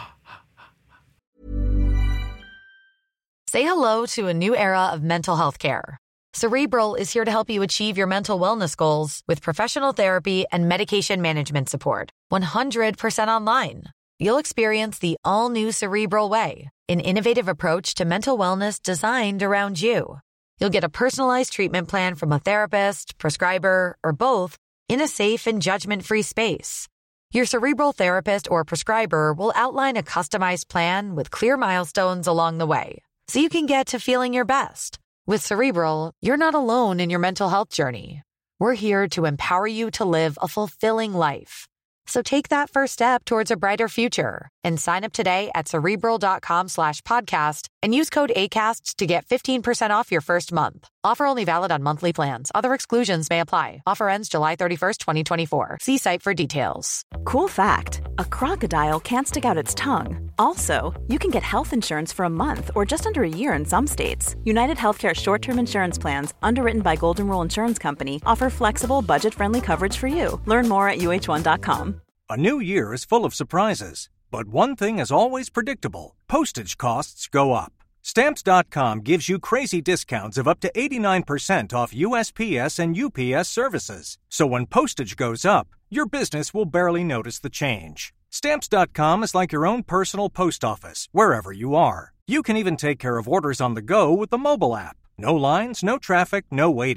Say hello to a new era of mental health care. Cerebral is here to help you achieve your mental wellness goals with professional therapy and medication management support. 100% online. You'll experience the all-new Cerebral Way, an innovative approach to mental wellness designed around you. You'll get a personalized treatment plan from a therapist, prescriber, or both in a safe and judgment-free space. Your Cerebral therapist or prescriber will outline a customized plan with clear milestones along the way, so you can get to feeling your best. With Cerebral, you're not alone in your mental health journey. We're here to empower you to live a fulfilling life. So take that first step towards a brighter future and sign up today at Cerebral.com/podcast and use code ACAST to get 15% off your first month. Offer only valid on monthly plans. Other exclusions may apply. Offer ends July 31st, 2024. See site for details. Cool fact, a crocodile can't stick out its tongue. Also, you can get health insurance for a month or just under a year in some states. United Healthcare short-term insurance plans, underwritten by Golden Rule Insurance Company, offer flexible, budget-friendly coverage for you. Learn more at UH1.com. A new year is full of surprises, but one thing is always predictable. Postage costs go up. Stamps.com gives you crazy discounts of up to 89% off USPS and UPS services. So when postage goes up, your business will barely notice the change. Stamps.com is like your own personal post office, wherever you are. You can even take care of orders on the go with the mobile app. No lines, no traffic, no waiting.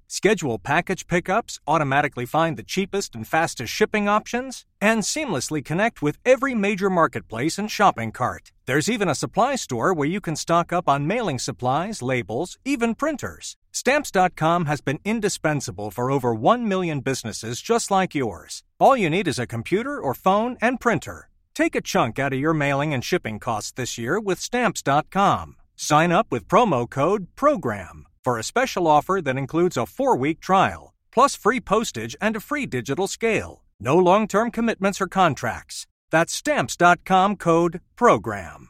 schedule package pickups, automatically find the cheapest and fastest shipping options, and seamlessly connect with every major marketplace and shopping cart. There's even a supply store where you can stock up on mailing supplies, labels, even printers. Stamps.com has been indispensable for over 1 million businesses just like yours. All you need is a computer or phone and printer. Take a chunk out of your mailing and shipping costs this year with Stamps.com. Sign up with promo code PROGRAM for a special offer that includes a 4-week trial, plus free postage and a free digital scale. No long-term commitments or contracts. That's Stamps.com code PROGRAM.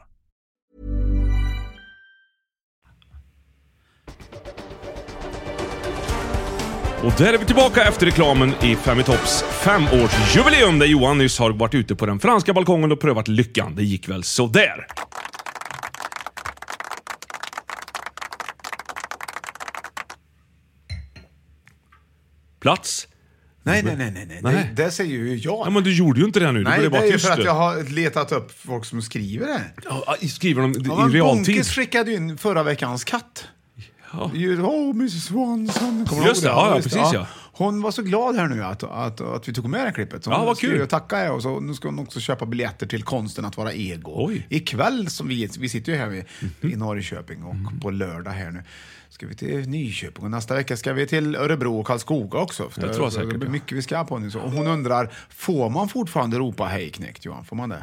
Och där är vi tillbaka efter reklamen i Fem i Topps 5-årsjubileum där Johan nyss har varit ute på den franska balkongen och prövat lyckan. Det gick väl så där. Plats? Nej. Det säger ju jag. Ja, men du gjorde ju inte det nu. Nej, det är ju för att jag har letat upp folk som skriver det. Ja, skriver de i realtid? Bonkis skickade in förra veckans katt. Ja. Mrs Swanson. Just det, ja, precis ja. Hon var så glad här nu att vi tog med det klippet. Så vad kul. Jag tackar och så nu ska hon också köpa biljetter till konsten att vara ego. Oj. Ikväll som vi sitter ju här i Norrköping och på lördag här nu ska vi till Nyköping och nästa vecka ska vi till Örebro och Karlskoga också. Jag tror säkert. Det blir mycket vi ska på nu så. Och hon undrar, får man fortfarande ropa hej knäckt, Johan? Får man det?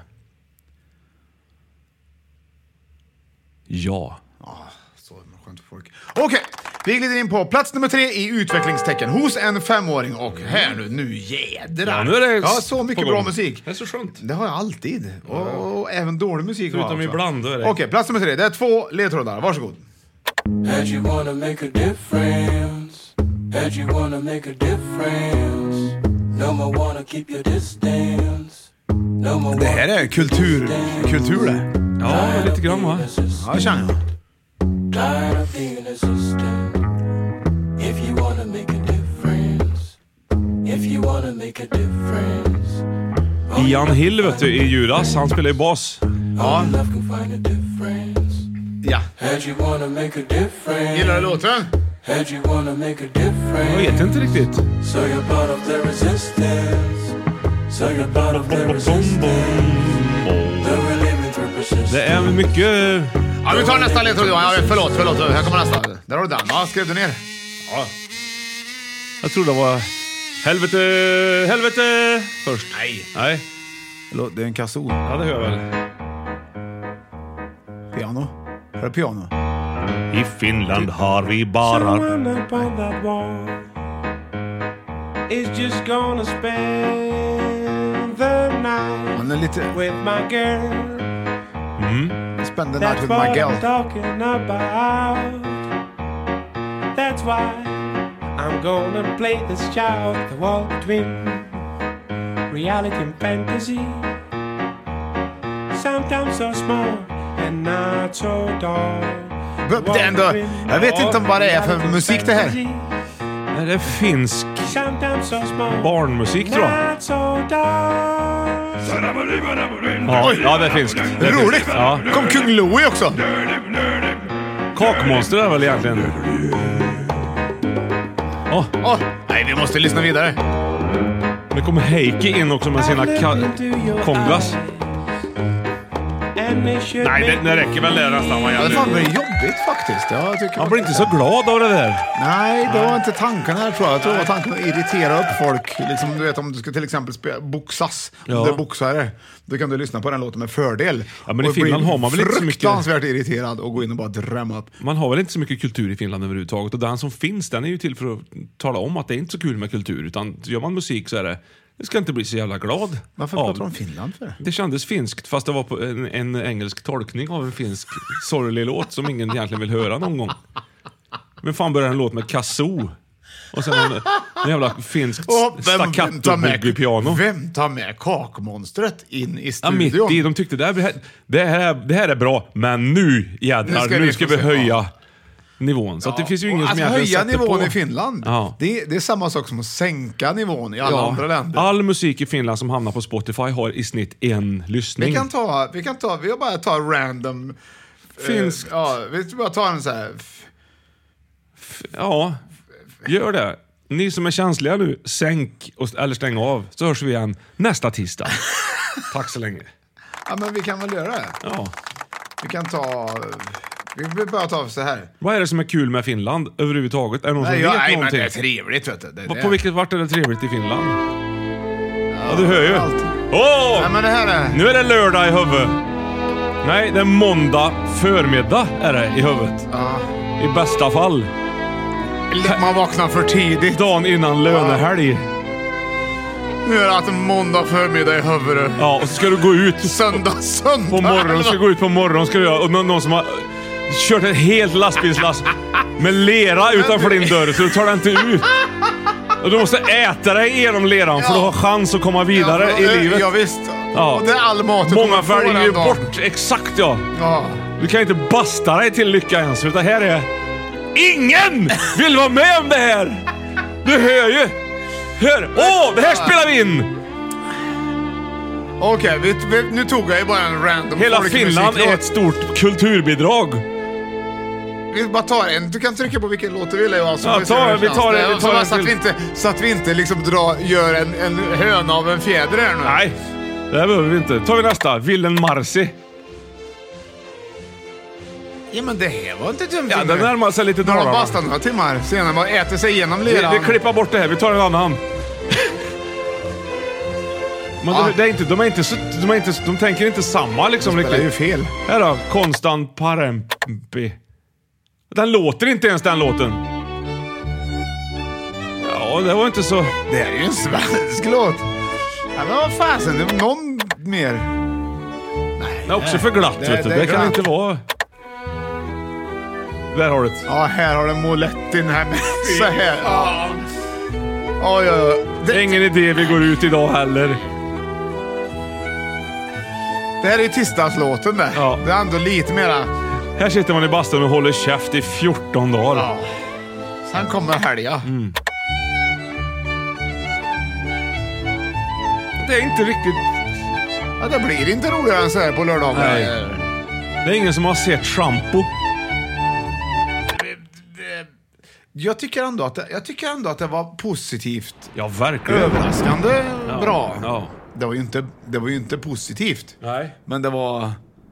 Ja. Så skönt för folk. Okej, vi glider in på plats nummer 3 i utvecklingstecken hos en 5-åring. Och här nu jädrar. Ja, nu är det så mycket bra musik. Det är så skönt. Det har jag alltid. Och även dålig musik. Förutom ibland, då är det. Okej, plats nummer 3. Det är 2 ledtrådar. Varsågod. Had you wanna make a difference? Had you wanna make a difference? No more wanna keep your distance. No more. Det här är kultur det. Ja, lite grann va? Ja, känner jag. Tired of being assistant. If you wanna make a difference. If you wanna make a difference. Ian Hill vet du, i Judas, han spelar ju bas. Ja. Ja. Had you wanna make a difference? Gillar du låten? Had you wanna make a difference? Jag vet inte riktigt. So you're part of the resistance. So you're part of the resistance. The living through persistence. Det är mycket... Ja, vi tar nästa ledtråd, Johan. Ja, förlåt. Här kommer nästa. Där har du den. Ja, skrev du ner? Ja. Jag tror det var... Helvete först. Nej. Det är en kazoo. Ja, det hör jag väl. Piano. Hör du piano? I Finland har vi bara... Is just gonna spend the night Han är lite... with my girl. Spend the night with my girl. That's what I'm talking about. That's why I'm gonna play this child, the wall between reality and fantasy. Sometimes so small and not so dark. Det är ändå... Jag vet inte om vad det är för musik det här. Det är finsk barnmusik tror jag. Ja, det är finskt. Roligt! Ja. Kom Kung Louie också. Kakmonster är väl egentligen. Nej, vi måste lyssna vidare. Det kommer Heikki in också med sina kongas. Nej, det räcker väl där nästan. Det fan blir jobbigt faktiskt. Man blir inte så glad av det där. Nej, det var inte tanken här tror jag. Jag tror det var tanken att irritera upp folk. Liksom, du vet, om du ska till exempel boxas. Om du är boxare, då kan du lyssna på den låten med fördel. Ja, men i Finland har man väl inte så mycket... fruktansvärt irriterad och gå in och bara drömma upp. Man har väl inte så mycket kultur i Finland överhuvudtaget. Och den som finns, den är ju till för att tala om att det är inte så kul med kultur. Utan gör man musik så är det... Jag ska inte bli så jävla glad. Varför pratar du om Finland för? Det kändes finskt, fast det var på en engelsk tolkning av en finsk sorglig låt som ingen egentligen vill höra någon gång. Men fan börjar en låt med kazoo. Och sen en jävla finskt staccato-boogie-piano. Vem tar med kakmonstret in i Ja, studion? mitt i. De tyckte det här är bra, men nu jädrar, nu ska vi höja nivån. Så att det finns ju ingen som höja nivån på. I Finland. Ja. Det är samma sak som att sänka nivån i alla andra länder. All musik i Finland som hamnar på Spotify har i snitt en lyssning. Vi har bara ta random finsk. vi bara ta en så här Gör det. Ni som är känsliga nu, sänk eller stäng av. Så hörs vi igen nästa tisdag. Tack så länge. Ja, men vi kan väl göra det. Ja. Vi kan ta... Vi vill bara ta så här. Vad är det som är kul med Finland överhuvudtaget? Är det någon som vet Nej, någonting? men det är trevligt, vet du. På vilket vart är det trevligt i Finland? Ja, du hör ju. Nej, men det här är... Nu är det lördag i huvudet. Nej, det är måndag förmiddag är det i huvudet. Ja. I bästa fall. Man vaknar för tidigt. Dagen innan lönehelg. Nu är det att måndag förmiddag i huvudet. Ja, och så ska du gå ut. Söndag. På morgonen, ska gå ut på morgonen ska du göra. Och någon som har kört ett helt lastbilslass med lera utanför din dörr, så du tar den inte ut. Och du måste äta dig igenom leran för att ha chans att komma vidare i livet. Ja, visst. Ja. Och det är all mat. Många väljer ju bort, exakt ja. Du kan inte basta dig till lycka ens, utan här är... Ingen vill vara med om det här! Du hör ju! Hör! Det här spelar vi in! Okej, nu tog jag ju bara en random... Hela Finland är ett stort kulturbidrag. Vi bara tar en. Du kan trycka på vilken låt du vill. Vi tar det. Så att vi inte liksom gör en höna av en fjäder här nu. Nej, det här behöver vi inte. Tar vi nästa. Villen Marsi. Ja, men det här var inte dumt. Ja, det närmar sig lite Dalarna. Dalarna. När de bastar några timmar senare man äter sig igenom leran. Vi klippar bort det här. Vi tar en annan. Men de tänker inte samma liksom. Det är ju fel. Här då, Konstant Parempi. Den låter inte ens den låten. Ja, det var inte så... Det är ju en svensk låt. Ja, men vad fasen, det är någon mer. Nej, det är också för glatt, vet du. Det kan inte vara... Där har du det. Ja, här har du Molettin här med så här. Oj. Det är ingen idé vi går ut idag heller. Det här är ju tisdagslåten där. Ja. Det är ändå lite mera... Här sitter man i bastun och håller käft i 14 dagar. Ja. Sen kommer helga. Det är inte riktigt... Ja, det blir inte roligare än så här på lördagen. Nej. Det är ingen som har sett shampoo. Jag tycker ändå att det var positivt. Ja, verkligen. Överraskande bra. Ja. Det var ju inte positivt. Nej. Men det var...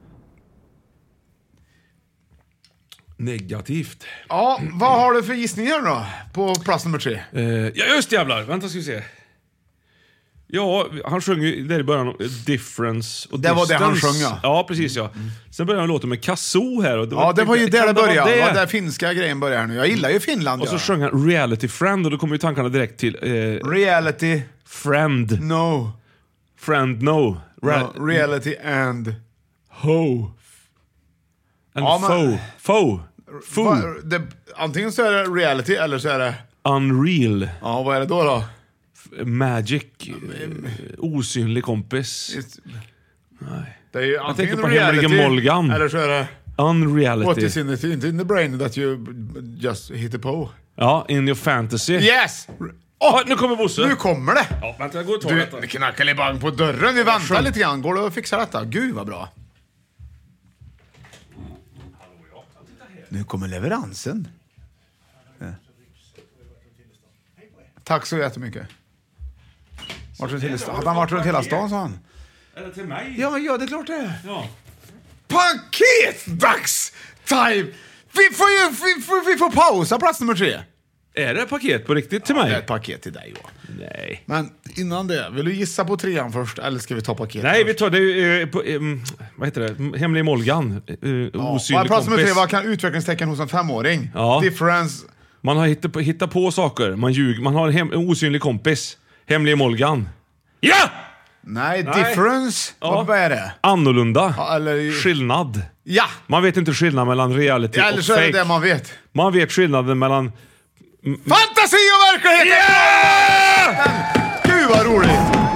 Negativt. Ja, vad har du för gissningar då? På plats nummer 3. Ja, just jävlar. Vänta, ska vi se. Ja, han sjöng ju där i början Difference och det Distance. var det han sjöng, ja. Ja, precis, ja. Sen började han låta med Kazoo här. Och det var ju där det började. Det var där finska grejen började nu. Jag gillar ju Finland. Och så sjöng han Reality Friend, och då kommer ju tankarna direkt till... Reality... Friend. No. Friend, no. Reality and... Ho. And foe. Antingen så är det reality eller så är det... Unreal. Ja, vad är det då? Magic. Osynlig kompis. Nej. Det är ju jag tänker på Hemliga Molgan. Eller så är det... Unreality. What is in the brain that you just hit på? Ja, in your fantasy. Yes! Nu kommer Bosse. Nu kommer det! Ja, vänta, jag går och tar detta. Du knackar i bang på dörren. Vi väntar lite grann. Går du och fixar detta? Gud vad bra. Nu kommer leveransen. Ja. Tack så jättemycket. Hade han varit runt hela stan, sa han? Är det till mig? Ja, det är klart det är. Ja. Paketdags time! Vi får pausa plats nummer 3. Är det paket på riktigt till mig? Det är ett paket till dig, Johan. Nej. Men innan det, vill du gissa på 3an först? Eller ska vi ta paketet? Nej, vi tar det vad heter det? Hemlig Molgan. Osynlig plats nummer 3, kompis. vad kan utvecklingstecken hos en 5-åring? Ja. Difference. Man har hittat på saker. Man ljuger. Man har en osynlig kompis. Hemlig Molgan. Ja! Nej, difference. Ja. Vad är det? Annorlunda. Ja, eller... Skillnad. Ja! Man vet inte skillnad mellan reality och fake. Eller så är det det man vet. Man vet skillnaden mellan... Fantasi och verklighet! Yeah! Gud vad roligt!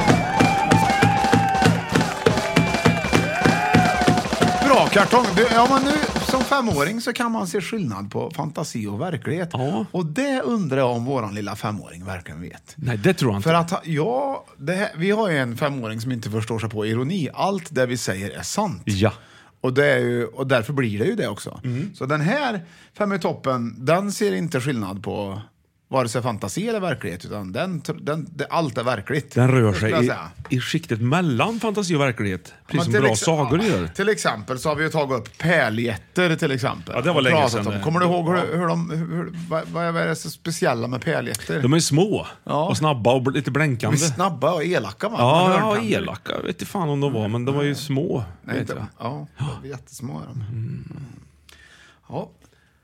Bra kartong. Ja, men nu som 5-åring så kan man se skillnad på fantasi och verklighet. Ja. Och det undrar jag om våran lilla 5-åring verkligen vet. Nej, det tror jag inte. För att, vi har ju en 5-åring som inte förstår sig på ironi. Allt det vi säger är sant. Ja. Och därför blir det ju det också. Så den här 5 i toppen, den ser inte skillnad på vare sig fantasi eller verklighet, utan allt är verkligt. Den rör sig i skiktet mellan fantasi och verklighet. Precis som bra sagor gör. Till exempel så har vi ju tagit upp pärljetter till exempel. Ja, det var länge sedan. Kommer du ihåg vad är det så speciella med pärljetter? De är små och snabba och lite blänkande. De är snabba och elaka, va? Ja, elaka. Jag vet inte fan om de var, men de var ju små. Nej, inte. Ja, de var jättesmå. Ja.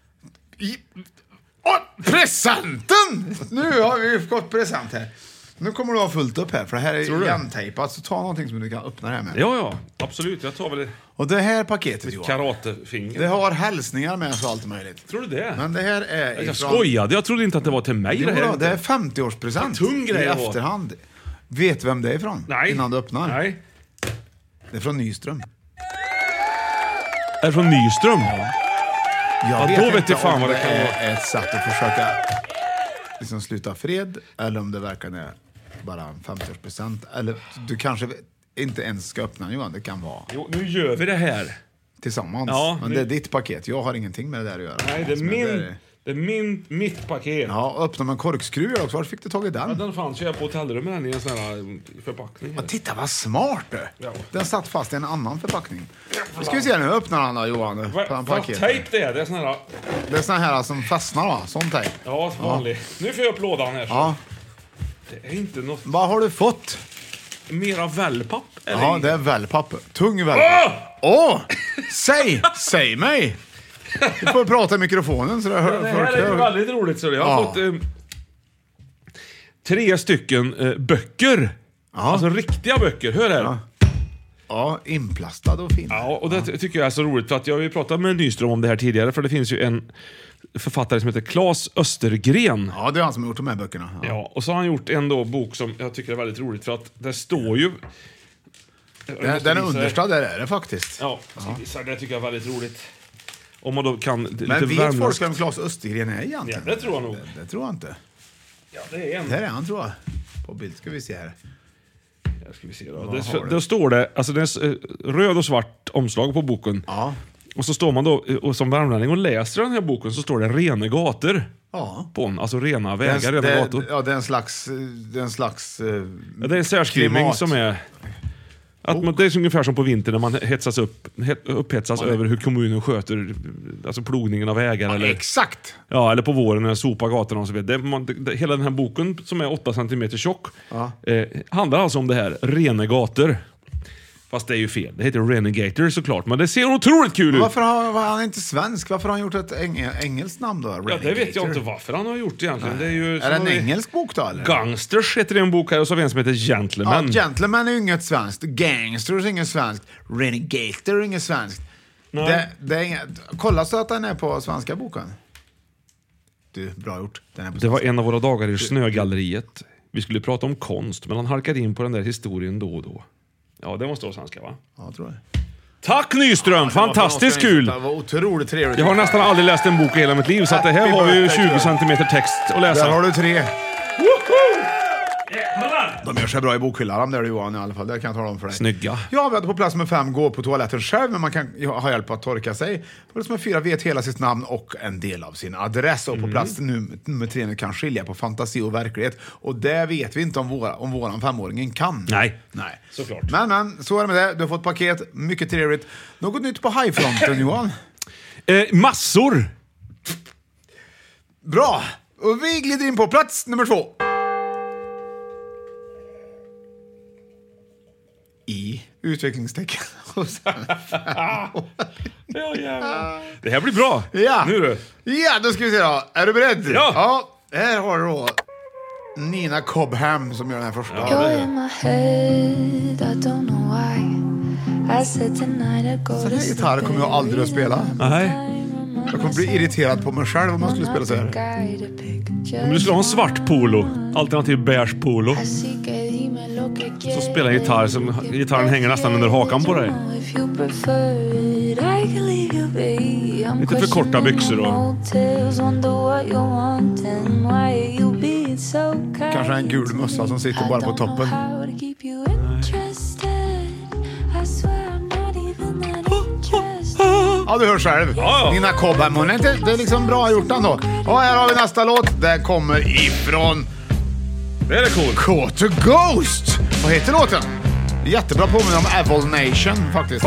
Presenten! Nu har vi fått present här. Nu kommer du ha fullt upp här, för det här är igentejpat. Så ta någonting som du kan öppna det här med. Ja, absolut. Jag tar väl det. Och det här paketet, Johan, karatefinger. det har hälsningar med så allt möjligt. Tror du det? Men det här är jag skojade, jag trodde inte att det var till mig. Jo, det här. Det är 50-årspresent. Tung grej i efterhand. Vet du vem det är ifrån? Nej. Innan du öppnar. Nej. Det är från Nyström. Är det från Nyström? Jag då vet jag fan vad det kan vara. Är ett sätt att försöka liksom sluta fred, eller om det verkar är bara en 50-årspresent. Eller du kanske inte ens ska öppna, Johan. Det kan vara. Jo, nu gör vi det här. Tillsammans. Ja, men det är ditt paket. Jag har ingenting med det där att göra. Nej, det är mitt paket. Ja, öppna med en korkskruv också. Var fick du tag i den? Ja, den fanns ju på hotellrummet, den i en sån här förpackning. Ja, titta vad smart du. Ja. Den satt fast i en annan förpackning. Nu ska vi se, nu öppnar han då, Johan. Vad tejp det är? Det är sån här... Det är sån här som fastnar, va? Sån tejp. Ja, vanlig. Nu får jag upp lådan här. Så. Ja. Det är inte något... Vad har du fått? Mera wellpapp? Ja, det är wellpapp. Tung wellpapp. Säg mig! Du får prata i mikrofonen så det hör. Det här är ju väldigt roligt, så jag har fått 3 stycken böcker. Alltså riktiga böcker, hör här. Ja, inplastad och fin. Ja, och det tycker jag är så roligt, för att jag har ju pratat med Nyström om det här tidigare, för det finns ju en författare som heter Claes Östergren. Ja, det är han som har gjort de här böckerna. Ja, och så har han gjort en bok som jag tycker är väldigt roligt, för att det står ju... Den understa där är det faktiskt. Ja, det tycker jag är väldigt roligt. Om man då kan... Men vet folk vem Claes Östergren är egentligen? Ja, det tror jag nog. Det tror jag inte. Ja, det är en. Där är han, tror jag. På bild ska vi se här. Ska vi se då. Då står det, alltså det är röd och svart omslag på boken. Ja. Och så står man då, och som värmlänning och läser den här boken, så står det rena gator. Ja. På den, alltså rena vägar, rena gator. Ja, det är en slags ja, det är en särskrivning som är... Att det är ungefär som på vintern när man upphetsas över hur kommunen sköter alltså plogningen av vägar. Ja, eller, exakt! Ja, eller på våren när jag sopar gatorna och så vidare. Hela den här boken som är 8 cm tjock handlar alltså om det här, rena gator. Fast det är ju fel. Det heter Renegator såklart, men det ser otroligt kul ut. Varför var han inte svensk? Varför har han gjort ett engelskt namn då? Renegator? Ja, det vet jag inte varför han har gjort egentligen. Det är ju är det en engelsk bok då, eller? Gangsters heter det en bok här, och så har vi en som heter Gentleman. Ja, Gentleman är ju inget svenskt. Gangsters är inget svenskt. Renegator är inget svenskt. Det är inget... Kolla så att den är på svenska boken. Du, bra gjort. Den är på det var en av våra dagar i Snögalleriet. Vi skulle prata om konst, men han halkade in på den där historien då och då. Ja, det måste vara svenska, va? Ja, tror jag. Tack Nyström, fantastiskt kul! Det var otroligt trevligt. Jag har nästan aldrig läst en bok i hela mitt liv, så att det här har vi ju 20 centimeter text att läsa. Där har du 3. Woho! De gör sig bra i bokhyllan där, Johan, i alla fall. Det kan jag tala om för dig. Snygga. Ja, vi hade på plats med 5 gå på toaletten själv, men man kan ha hjälp att torka sig. På plats med 4 vet hela sitt namn och en del av sin adress. Och på plats nummer 3 kan skilja på fantasi och verklighet. Och det vet vi inte om våran 5-åringen kan. Nej, såklart. Men, så är det med det. Du har fått paket, mycket trevligt. Något nytt på high-fronten, Johan? Massor! Bra! Och vi glider in på plats nummer 2. I utvecklingstecken. Ja, jävlar. Det här blir bra. Ja. Nu du. Ja, då ska vi se då. Är du beredd? Ja. Här har du då Nina Cobham som gör den här första. Så här gitarr kommer jag aldrig att spela. Nej. Jag kommer bli irriterad på mig själv om jag skulle spela så här. Om du skulle ha en svart polo, alternativ beige polo, så spelar gitarr som gitarren hänger nästan under hakan på dig. Lite för korta byxor då. Kanske en gul mössa som sitter bara på toppen. Ja, du hör själv. Ja. Nina Cobham, hon är inte, det är liksom bra gjort ändå. Och här har vi nästa låt. Det kommer ifrån... Det är coolt. Caught to Ghost. Vad heter låten? Jättebra påminner om Evil Nation faktiskt.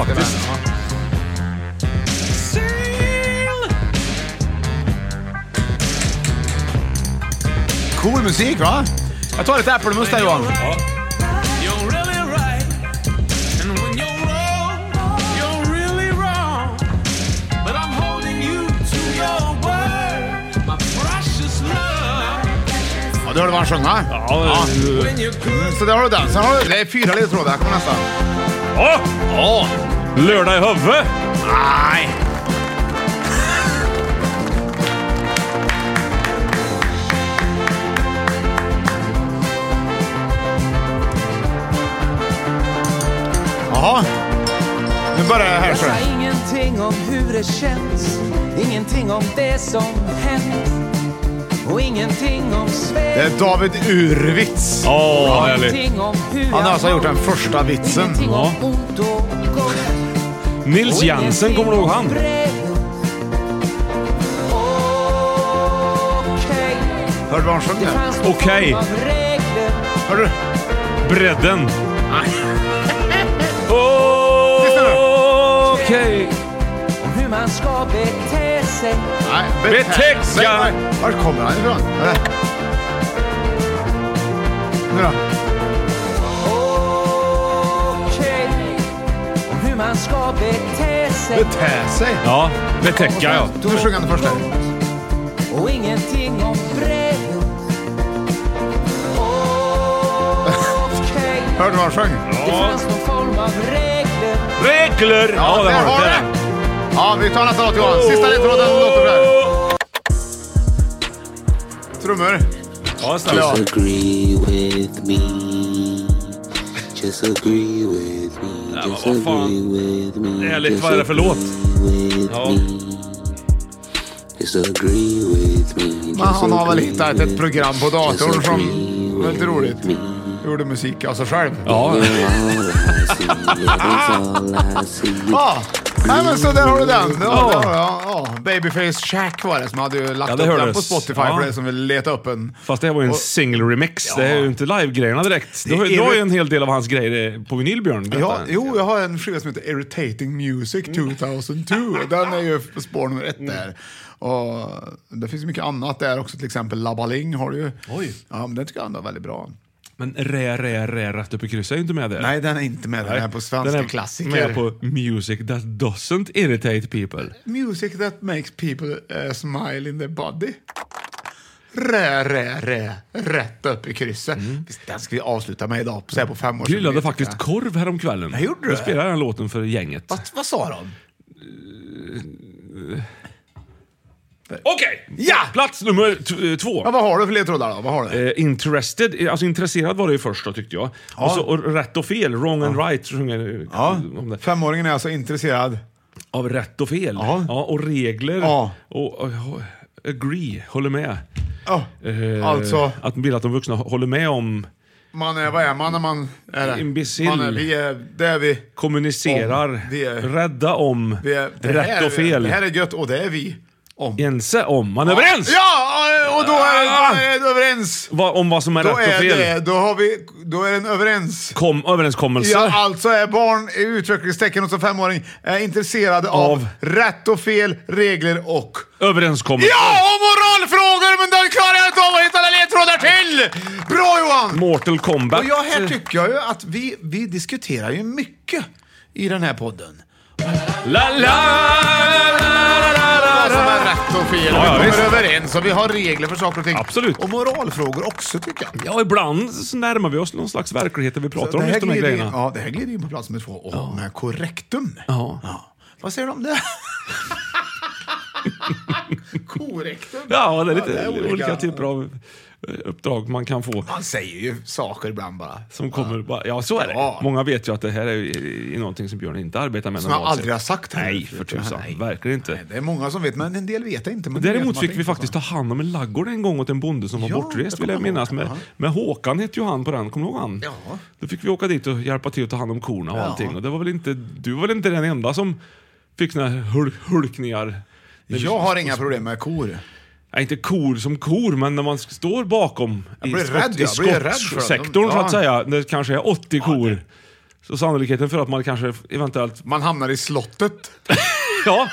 Cool musik, va? Jag tar lite äppelmust där, Johan. Ja. Ja, du hörde vad han sjöng, va? Ja. Så där har du den. Sen har du, det är 4 ledtrådar. Här kommer nästa. Ja. Lördag i huvudet. Nej. Jaha. Nu börjar jag här. Jag sa ingenting om hur det känns, ingenting om det som hänt och ingenting om Det är David Urwitz. Härligt. Han har alltså gjort den första vitsen. Ja. Nils Jansen, kommer du ihåg han? Hörde du vad han sjöng där? Okej. Hörde du? Bredden. Okej. hur man ska bete sig. Nej, betäcka. Var kommer han ifrån? Nu då? Okej. Hur man ska bete sig. Bete sig? Ja, betäcka, ja. Nu sjunger han det första. Och ingenting om brev. Okej. Hörde du vad han sjöng? Det fanns någon form av regler. Regler! Ja, där har vi det. Ja, vi tar nästa låt, Johan. Sista ledtråden låter där. Trummor. Ja, snälla. Just agree with me. Just agree with me. Just agree with me. Ärligt, vad är det för låt? Ja. Just agree with me. Men han har väl hittat ett program på datorn som är lite roligt. Gjorde musik av sig själv. Ja. Nej, men så där har du den. Ja. Babyface Shack var det som hade ju lagt upp den på Spotify för det som vill leta upp en. Fast det var ju en single remix. Det är ju inte live-grejerna direkt. Du har ju en hel del av hans grejer på vinyl, Björn. Jag har en skiva som heter Irritating Music 2002. Den är ju spår nummer 1 där. Och det finns mycket annat där också, till exempel Labaling har du ju. Oj. Ja, men den tycker jag ändå är väldigt bra. Men rätt upp i krysset är ju inte med där. Nej, den är inte med. Den är på svenska klassiker. Den är med på Music That Doesn't Irritate People. Music that makes people smile in their body. Rätt upp i krysset. Den ska vi avsluta med idag, så här på 5 år. Grillade faktiskt korv häromkvällen. Jag gjorde det. Jag spelade den låten för gänget. Vad sa de? Okej! Ja! Plats nummer 2. Ja, vad har du för ledtrådar då? Vad har du? Interested, alltså intresserad var det ju först då, tyckte jag. Ja. Och rätt och fel, wrong and right. Om det. 5-åringen är alltså intresserad av rätt och fel. Ja, och regler. Ja. Och agree, håller med. Ja. Alltså att vill att de vuxna håller med om. Man är, vad är man när man är det? Imbecill. Man är, vi är, det är vi. Kommunicerar. Vi är, rädda om rätt och fel. Det här är gött och det är vi. Ense om. Man är överens! Ja, och då är det överens. Om vad som är rätt och fel. Då är det en överenskommelse. Ja, alltså är barn i utvecklingstecken hos en 5-åring intresserade av rätt och fel, regler och överenskommelse. Ja, och moralfrågor, men den klarar jag inte av att hitta ledtrådar till. Bra, Johan! Mortal Kombat. Och här tycker jag ju att vi diskuterar ju mycket i den här podden. Som är rätt och fel. Ja, vi kommer överens och vi har regler för saker och ting. Absolut. Och moralfrågor också, tycker jag. Ja, ibland så närmar vi oss någon slags verklighet där vi pratar om just de här grejerna. Ja, det här glider in på plats med 2. Och med korrektum. Ja. Vad säger du om det? Korrektum? Ja, det är lite olika typer av uppdrag man kan få. Man säger ju saker ibland bara. Som kommer bara, ja, så är det. Ja. Många vet ju att det här är någonting som Björn inte arbetar med. Som jag aldrig har sagt. Nej, för tusan. Verkligen inte. Nej, det är många som vet, men en del vet inte. Men däremot fick vi faktiskt ta hand om en laggård en gång åt en bonde som var bortrest, vill jag minnas. Med Håkan hette ju han på den, kommer du ihåg han? Ja. Då fick vi åka dit och hjälpa till att ta hand om korna och allting. Och det var väl inte, du var väl inte den enda som fick såna här hulkningar. Jag har inga problem med kor. Nej, inte kor som kor, men när man står bakom i skottsektorn så att säga, det kanske är 80 kor. Så sannolikheten för att man kanske eventuellt... Man hamnar i slottet. Ja.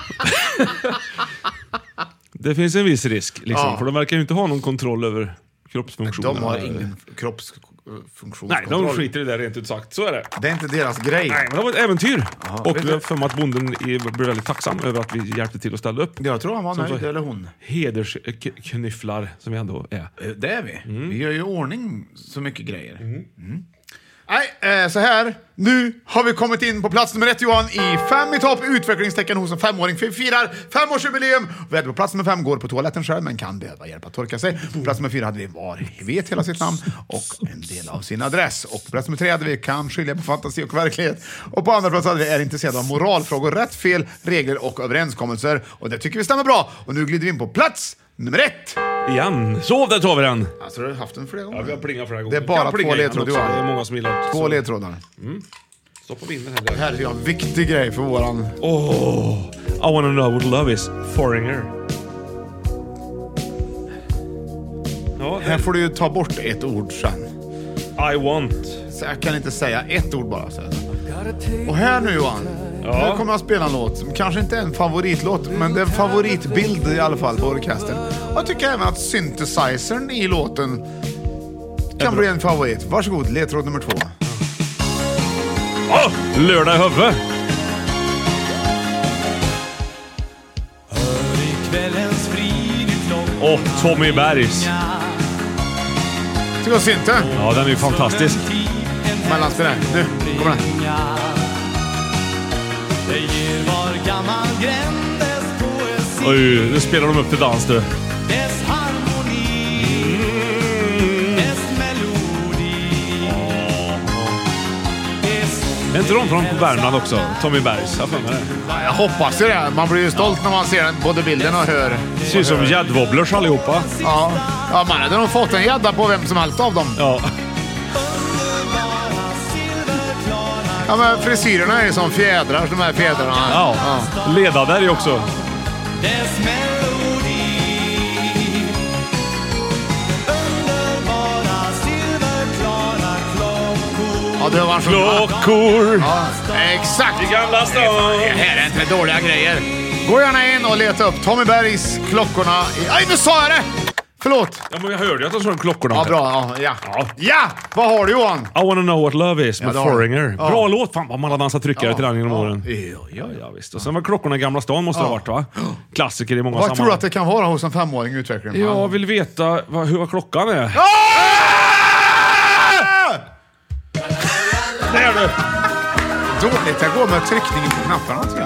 Det finns en viss risk, liksom, för de verkar ju inte ha någon kontroll över kroppsfunktionen. De har ingen kroppsfunktion. Nej, de skiter i det rent ut sagt. Så är det. Det är inte deras grej. Nej, men det var ett äventyr. Aha, och för mig att bonden blev väldigt tacksam över att vi hjälpte till att ställa upp. Jag tror han var nöjd, eller hon. Hedersknyfflar som vi ändå är. Det är vi. Vi gör ju ordning så mycket grejer. Nej, så här. Nu har vi kommit in på plats nummer 1, Johan, i 5 i topp, utvecklingstecken hos en 5-åring. Vi firar 5-årsjubileum. Vi hade på plats nummer 5, går på toaletten själv, men kan behöva hjälp att torka sig. På plats nummer 4 hade vi vet hela sitt namn och en del av sin adress. Och på plats nummer 3 hade vi kan skilja på fantasi och verklighet. Och på andra plats hade vi är intresserade av moralfrågor, rätt, fel, regler och överenskommelser. Och det tycker vi stämmer bra. Och nu glider vi in på plats nummer 1. Igen. Sov, där tar vi den. Alltså, du har haft den flera gånger. Ja, vi har plingat flera gånger. Det är bara 2 ledtrådar. Det är många som gillar 2 ledtrådar. Stoppa vinden här. Det här är en viktig grej för våran... I wanna know what love is. Foreigner. Ja, här får du ju ta bort ett ord sen. I want. Så jag kan inte säga ett ord bara. Så. Och här nu, Johan. Ja. Nu kommer jag spela en låt som kanske inte är en favoritlåt, men det är en favoritbild i alla fall på orkestern. Och jag tycker även att synthesizern i låten kan bli en favorit. Varsågod, ledtråd nummer 2. Lördag i huvudet. Tommy Bergs. Tycker du synten? Ja, den är ju fantastisk. Mellanspel här. Nu, kommer den. Oj, nu spelar de upp till dans du. Är inte de från Värmland också? Tommy Bergs, jag hoppas ju det. Man blir ju stolt när man ser både bilden och hör. Det ser ut som gäddwobblers allihopa. Ja, man hade nog fått en gädda på vem som helst av dem. Ja. Ja, men frisyrerna är som fjädrar, de här fjädrarna. Ja. Leda där är också. Ja, det var så klockor. Ja, exakt. I Gamla stan. Det här är inte dåliga grejer. Gå gärna in och leta upp Tommy Bergs Klockorna. Aj, nu sa jag det! Förlåt. Ja, men jag hörde att de sa Klockorna. Ja, bra. Ja, vad har du, Johan? I wanna know what love is med Foreigner. Ja. Bra låt. Fan vad man har dansat tryckare till den genom åren. Ja, visst. Och sen var Klockorna i Gamla stan måste det ha varit, va? Klassiker i många sammanhang. Vad tror du att det kan vara hos en 5-åring utvecklare? Jag vill veta hur klockan är. Det är du. Dåligt, jag går med tryckningen på knapparna till.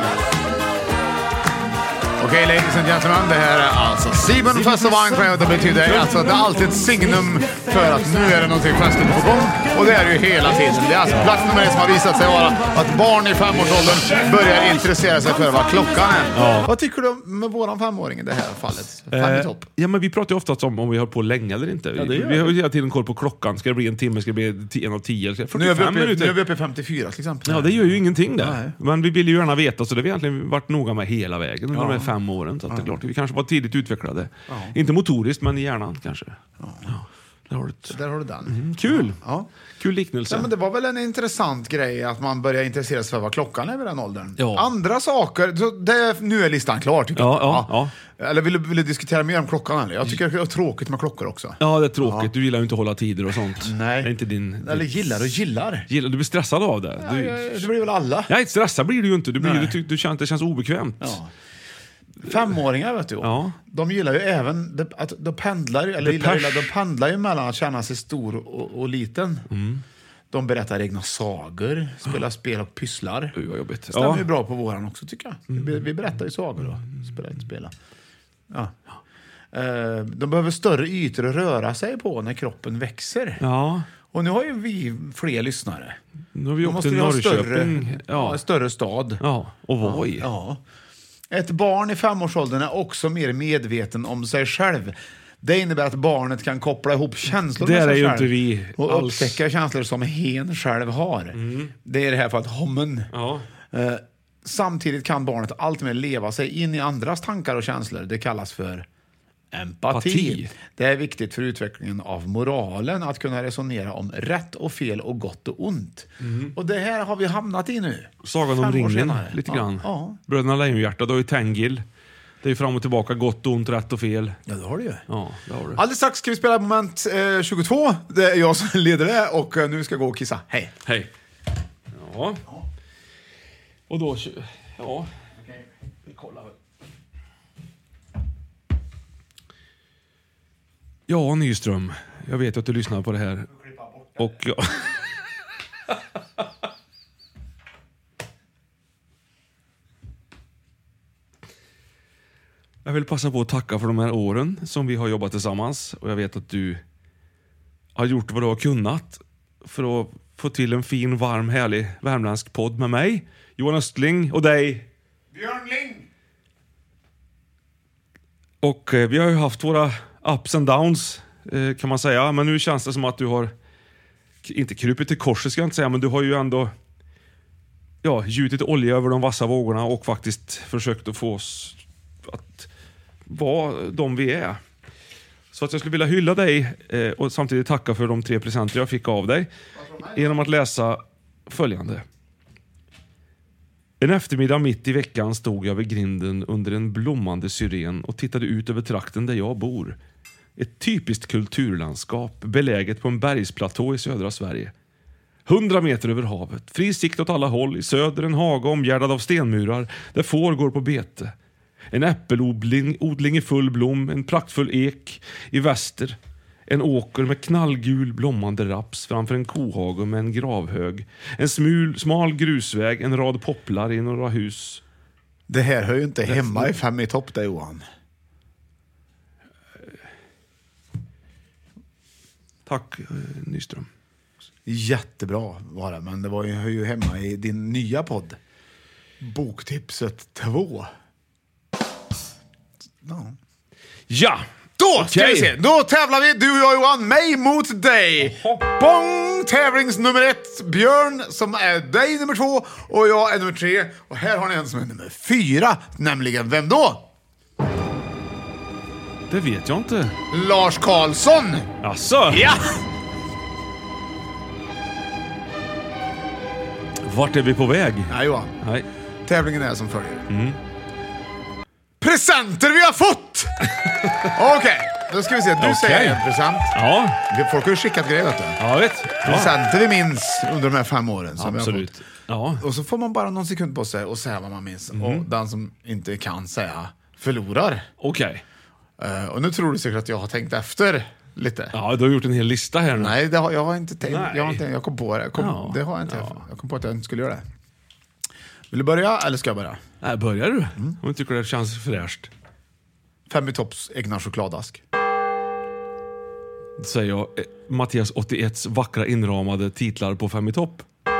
Okej, ladies and gentlemen, det här är alltså Sieben Fest of Wine. Det betyder alltså att det är alltid ett signum för att nu är det någonting festligt på gång. Och det är ju hela tiden. Det är alltså plats nummer 1 som har visat sig vara att barn i 5-årsåldern börjar intressera sig för vad klockan är. Ja. Vad tycker du med våran 5-åring i det här fallet? 5 i topp. Ja, men vi pratar ju ofta om vi har på länge eller inte. Vi har ju hela tiden koll på klockan. Ska det bli en timme? Ska det bli 1 av 10? 45 minuter? Nu är vi uppe i 54 till exempel. Ja, det gör ju ingenting där. Nej. Men vi vill ju gärna veta, så det har vi egentligen varit noga med hela vägen under de här 5 åren. Så att det är klart, vi kanske var tidigt utvecklade. Ja. Inte motoriskt, men i hjärnan kanske. Ja. Där har du den. Kul. Ja. Kul liknelse. Ja, men det var väl en intressant grej att man börjar intressera sig för vad klockan är vid den åldern. Ja. Andra saker, nu är listan klar tycker jag. Ja. Eller vill du diskutera mer om klockan? Eller? Jag tycker det är tråkigt med klockor också. Ja, det är tråkigt. Ja. Du gillar ju inte att hålla tider och sånt. Nej. Det är inte din... Eller gillar. Du blir stressad av det. Det blir väl alla. Nej, stressad blir du ju inte. Du känner att det känns obekvämt. Ja. 5-åringar, vet du. Ja. De gillar ju även att de pendlar ju mellan att känna sig stor och liten. De berättar egna sagor, spelar spel och pysslar. Vad jobbigt. Stämmer ju bra på våran också, tycker jag. Vi berättar ju sagor då. Spela. Ja. De behöver större ytor att röra sig på när kroppen växer. Ja. Och nu har ju vi fler lyssnare. Nu har vi åkt till Norrköping. En större stad. Ja, och vad i. Ja. Ett barn i 5-årsåldern är också mer medveten om sig själv. Det innebär att barnet kan koppla ihop känslor med sig själv. Inte vi och upptäcka känslor som hen själv har. Det är i det här fallet hommen. Ja. samtidigt kan barnet alltid mer leva sig in i andras tankar och känslor. Det kallas för empati. Det är viktigt för utvecklingen av moralen att kunna resonera om rätt och fel och gott och ont. Och det här har vi hamnat i nu. Sagan om ringen, lite grann. Ja. Bröderna Lejonhjärta, då är ju Tengil. Det är ju fram och tillbaka, gott och ont, rätt och fel. Ja, det har du ju. Ja, det har du. Alldeles strax ska vi spela moment 22. Det är jag som leder det och nu ska jag gå och kissa. Hej. Hej. Ja. Och då... Ja. Vi kollar. Ja, Nyström. Jag vet att du lyssnar på det här. Och ja. Jag vill passa på att tacka för de här åren som vi har jobbat tillsammans. Och jag vet att du har gjort vad du har kunnat för att få till en fin, varm, härlig värmländsk podd med mig, Johan Östling, och dig, Björn Ling. Och vi har ju haft våra ups and downs, kan man säga. Men nu känns det som att du har inte krupit till korset, ska jag inte säga, men du har ju ändå gjutit olja över de vassa vågorna och faktiskt försökt att få oss att vara de vi är. Så att jag skulle vilja hylla dig och samtidigt tacka för de 3 presenter jag fick av dig genom att läsa följande. En eftermiddag mitt i veckan stod jag vid grinden under en blommande syren och tittade ut över trakten där jag bor. Ett typiskt kulturlandskap beläget på en bergsplatå i södra Sverige. 100 meter över havet, fri sikt åt alla håll, i söder en hage omgärdad av stenmurar där får går på bete. En äppelodling i full blom, en praktfull ek i väster. En åker med knallgul blommande raps framför en kohage med en gravhög. En smal grusväg, en rad popplar i några hus. Det här hör ju inte hemma i 5 i topp där, Johan. Tack, Nyström. Jättebra var det, men det var ju hemma i din nya podd. Boktipset 2. Ja! Då ska vi se. Då tävlar vi, du och jag, Johan, mig mot dig. Bong! Tävlings nummer 1. Björn som är dig nummer 2 och jag är nummer 3. Och här har ni en som är nummer 4. Nämligen vem då? Det vet jag inte. Lars Karlsson. Asså? Ja! Vart är vi på väg? Nej, Johan. Nej. Tävlingen är som följer. Presenter vi har fått! Okej, då ska vi se. Du säger en present. Ja. Folk har ju skickat grejer, vet du. Ja, vet. Presenter vi minns under de här 5 åren. Som absolut. Vi har fått. Ja. Och så får man bara någon sekund på sig och säga vad man minns. Och den som inte kan säga förlorar. Okej. Och nu tror du säkert att jag har tänkt efter lite. Ja, du har gjort en hel lista här nu. Nej, det har jag inte tänkt. Nej. Jag kom på det. Det har jag inte. Jag kom på att jag inte skulle göra det. Vill du börja eller ska jag börja? Nej, börjar du? Om du tycker det känns fräscht. 5 i topps egna chokladask. Det säger jag. Mattias 81s vackra inramade titlar på 5 i topp.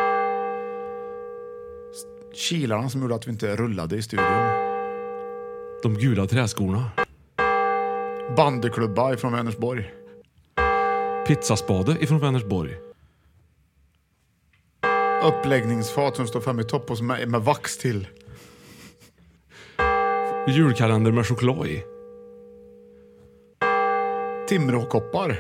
Kilarna som gjorde att vi inte rullade i studion. De gula träskorna. Bandyklubba ifrån Vänersborg. Pizzaspade ifrån Vänersborg. Uppläggningsfat som står 5 i topp och som är med vax till. Julkalender med choklad i. Timråkoppar.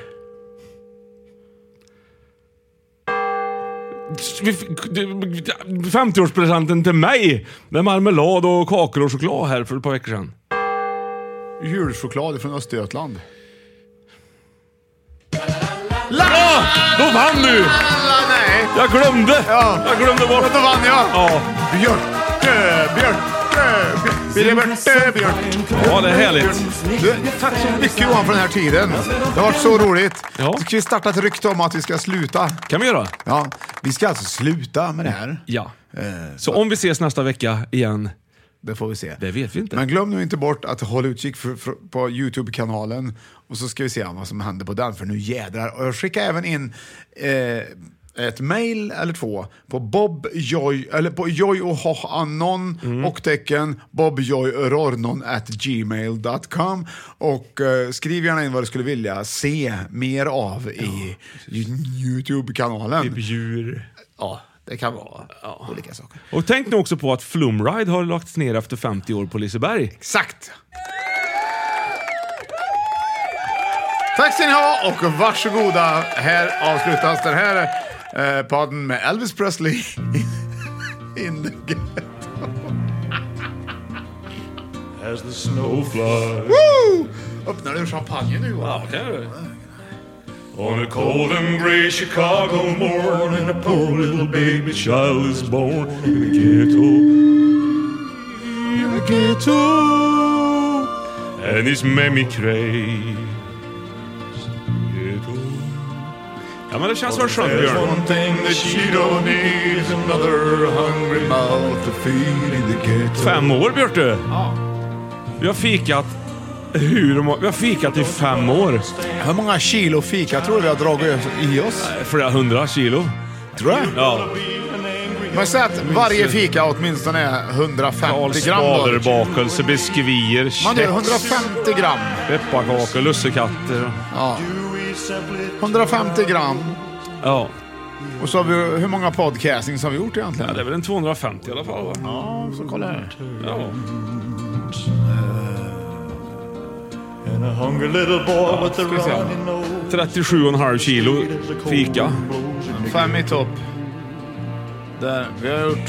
50-årspresenten till mig. Med marmelad och kakor och choklad här för ett par veckor sedan. Julchoklad från Östergötland. Då vann du! Nej. Jag glömde. Ja. Jag glömde bort. Då vann jag. Ja. Björn. Ja, det är härligt. Tack så mycket, Johan, för den här tiden. Det har varit så roligt. Ja. Ska vi starta ett rykte om att vi ska sluta? Kan vi göra? Ja, vi ska alltså sluta med det här. Ja. Så om vi ses nästa vecka igen. Det får vi se. Det vet vi inte. Men glöm nu inte bort att hålla utkik på YouTube-kanalen. Och så ska vi se vad som händer på den. För nu jädrar. Och jag skickar även in ett mail eller 2 på bobjoy eller på joyohohanon och tecken bobjoyrornon@gmail.com och skriv gärna in vad du skulle vilja se mer av i YouTube-kanalen. Typ djur. Ja. Det kan vara olika saker. Och tänk nu också på att Flumride har lagts ner efter 50 år på Liseberg. Exakt. Tack ska ni ha och varsågoda. Här avslutas den här podden med Elvis Presley in the ghetto. As the snow flies. Woo! Öppnar du champagne nu? Ja, kan du. On a cold and gray Chicago morning, a poor little baby child is born in the ghetto. In the ghetto. And his mammy craves. Ghetto. Ja, men det känns väl skönt, There's Björn. one thing that she don't need is another hungry mouth to feed in the ghetto. 5 år, Björte. Ja. Vi har fikat vi har fikat i 5 år. Hur många kilo fika tror du vi har dragit i oss? Flera 100 kilo. Tror jag? Ja. Men säg att varje fika åtminstone är 150 gram. Spaderbakelse, biskvier, Man gör 150 gram. pepparkakor, lussekatter. Ja. 150 gram. Ja. Och så har vi, hur många podcastings har vi gjort egentligen? Ja, det är väl en 250 i alla fall, va? Ja, så kolla här. Ja. And a hungry little boy with a runny nose. 37,5 kilo fika. 5 i topp. Där, vi har gjort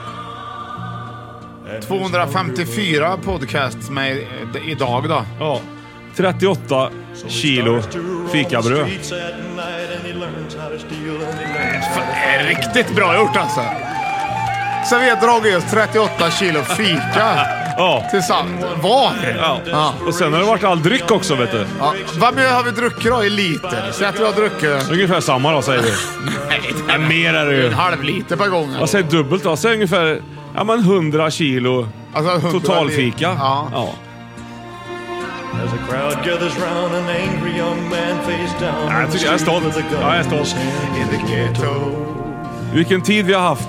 254 podcasts med idag då. Ja. 38 kilo fikabröd. Det är riktigt bra gjort alltså. Så vi har dragit oss 38 kilo fika. Ja. Tillsammans. Var? Ja. Och sen har det varit all dryck också, vet du. Ja. Vad mycket har vi druckit då i liter? Så att vi har druckit... Ungefär samma då, säger du. Nej, mer är det ju. En halv liter per gång. Jag säger dubbelt då. Säg ungefär 100 kilo alltså 100 totalfika. Ja. As a crowd gathers round, an angry young man face down. Ja, jag är stolt. Ja, jag är stolt. In the ghetto. Vilken tid vi har haft.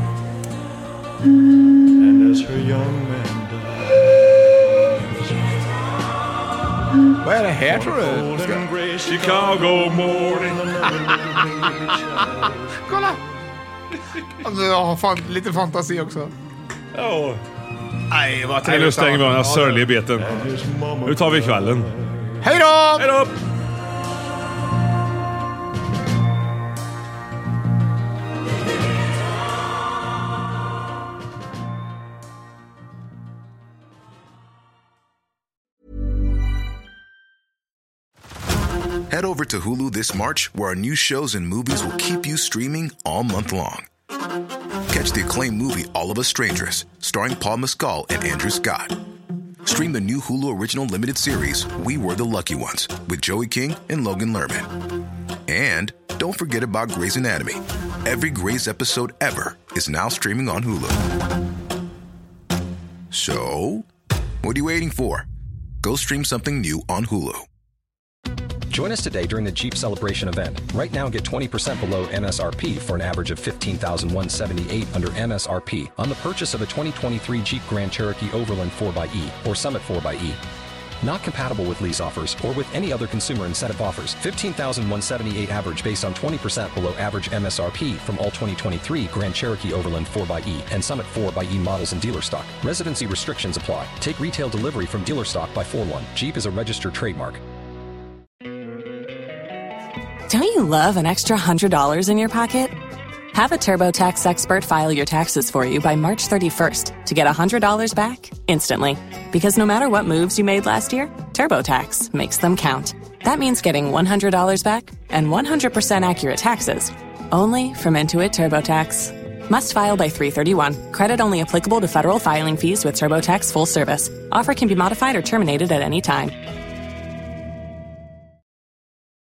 And as her young man dies. Vad är det här tror du? Cold and gray Chicago morning. Kolla! Alltså, jag har fan lite fantasi också. Ja. Nej, vad Nej, trevligt. nu stänger vi av den här sörliga beten. Nu tar vi kvällen. Hej då! Hej då! Head over to Hulu this March, where our new shows and movies will keep you streaming all month long. Catch the acclaimed movie All of Us Strangers, starring Paul Mescal and Andrew Scott. Stream the new Hulu original limited series We Were the Lucky Ones with Joey King and Logan Lerman. And don't forget about Grey's Anatomy. Every Grey's episode ever is now streaming on Hulu. So, what are you waiting for? Go stream something new on Hulu. Join us today during the Jeep Celebration event. Right now, get 20% below MSRP for an average of $15,178 under MSRP on the purchase of a 2023 Jeep Grand Cherokee Overland 4xE or Summit 4xE. Not compatible with lease offers or with any other consumer incentive offers. $15,178 average based on 20% below average MSRP from all 2023 Grand Cherokee Overland 4xE and Summit 4xE models in dealer stock. Residency restrictions apply. Take retail delivery from dealer stock by 4/1. Jeep is a registered trademark. Don't you love an extra $100 in your pocket? Have a TurboTax expert file your taxes for you by March 31st to get $100 back instantly. Because no matter what moves you made last year, TurboTax makes them count. That means getting $100 back and 100% accurate taxes only from Intuit TurboTax. Must file by 3/31. Credit only applicable to federal filing fees with TurboTax full service. Offer can be modified or terminated at any time.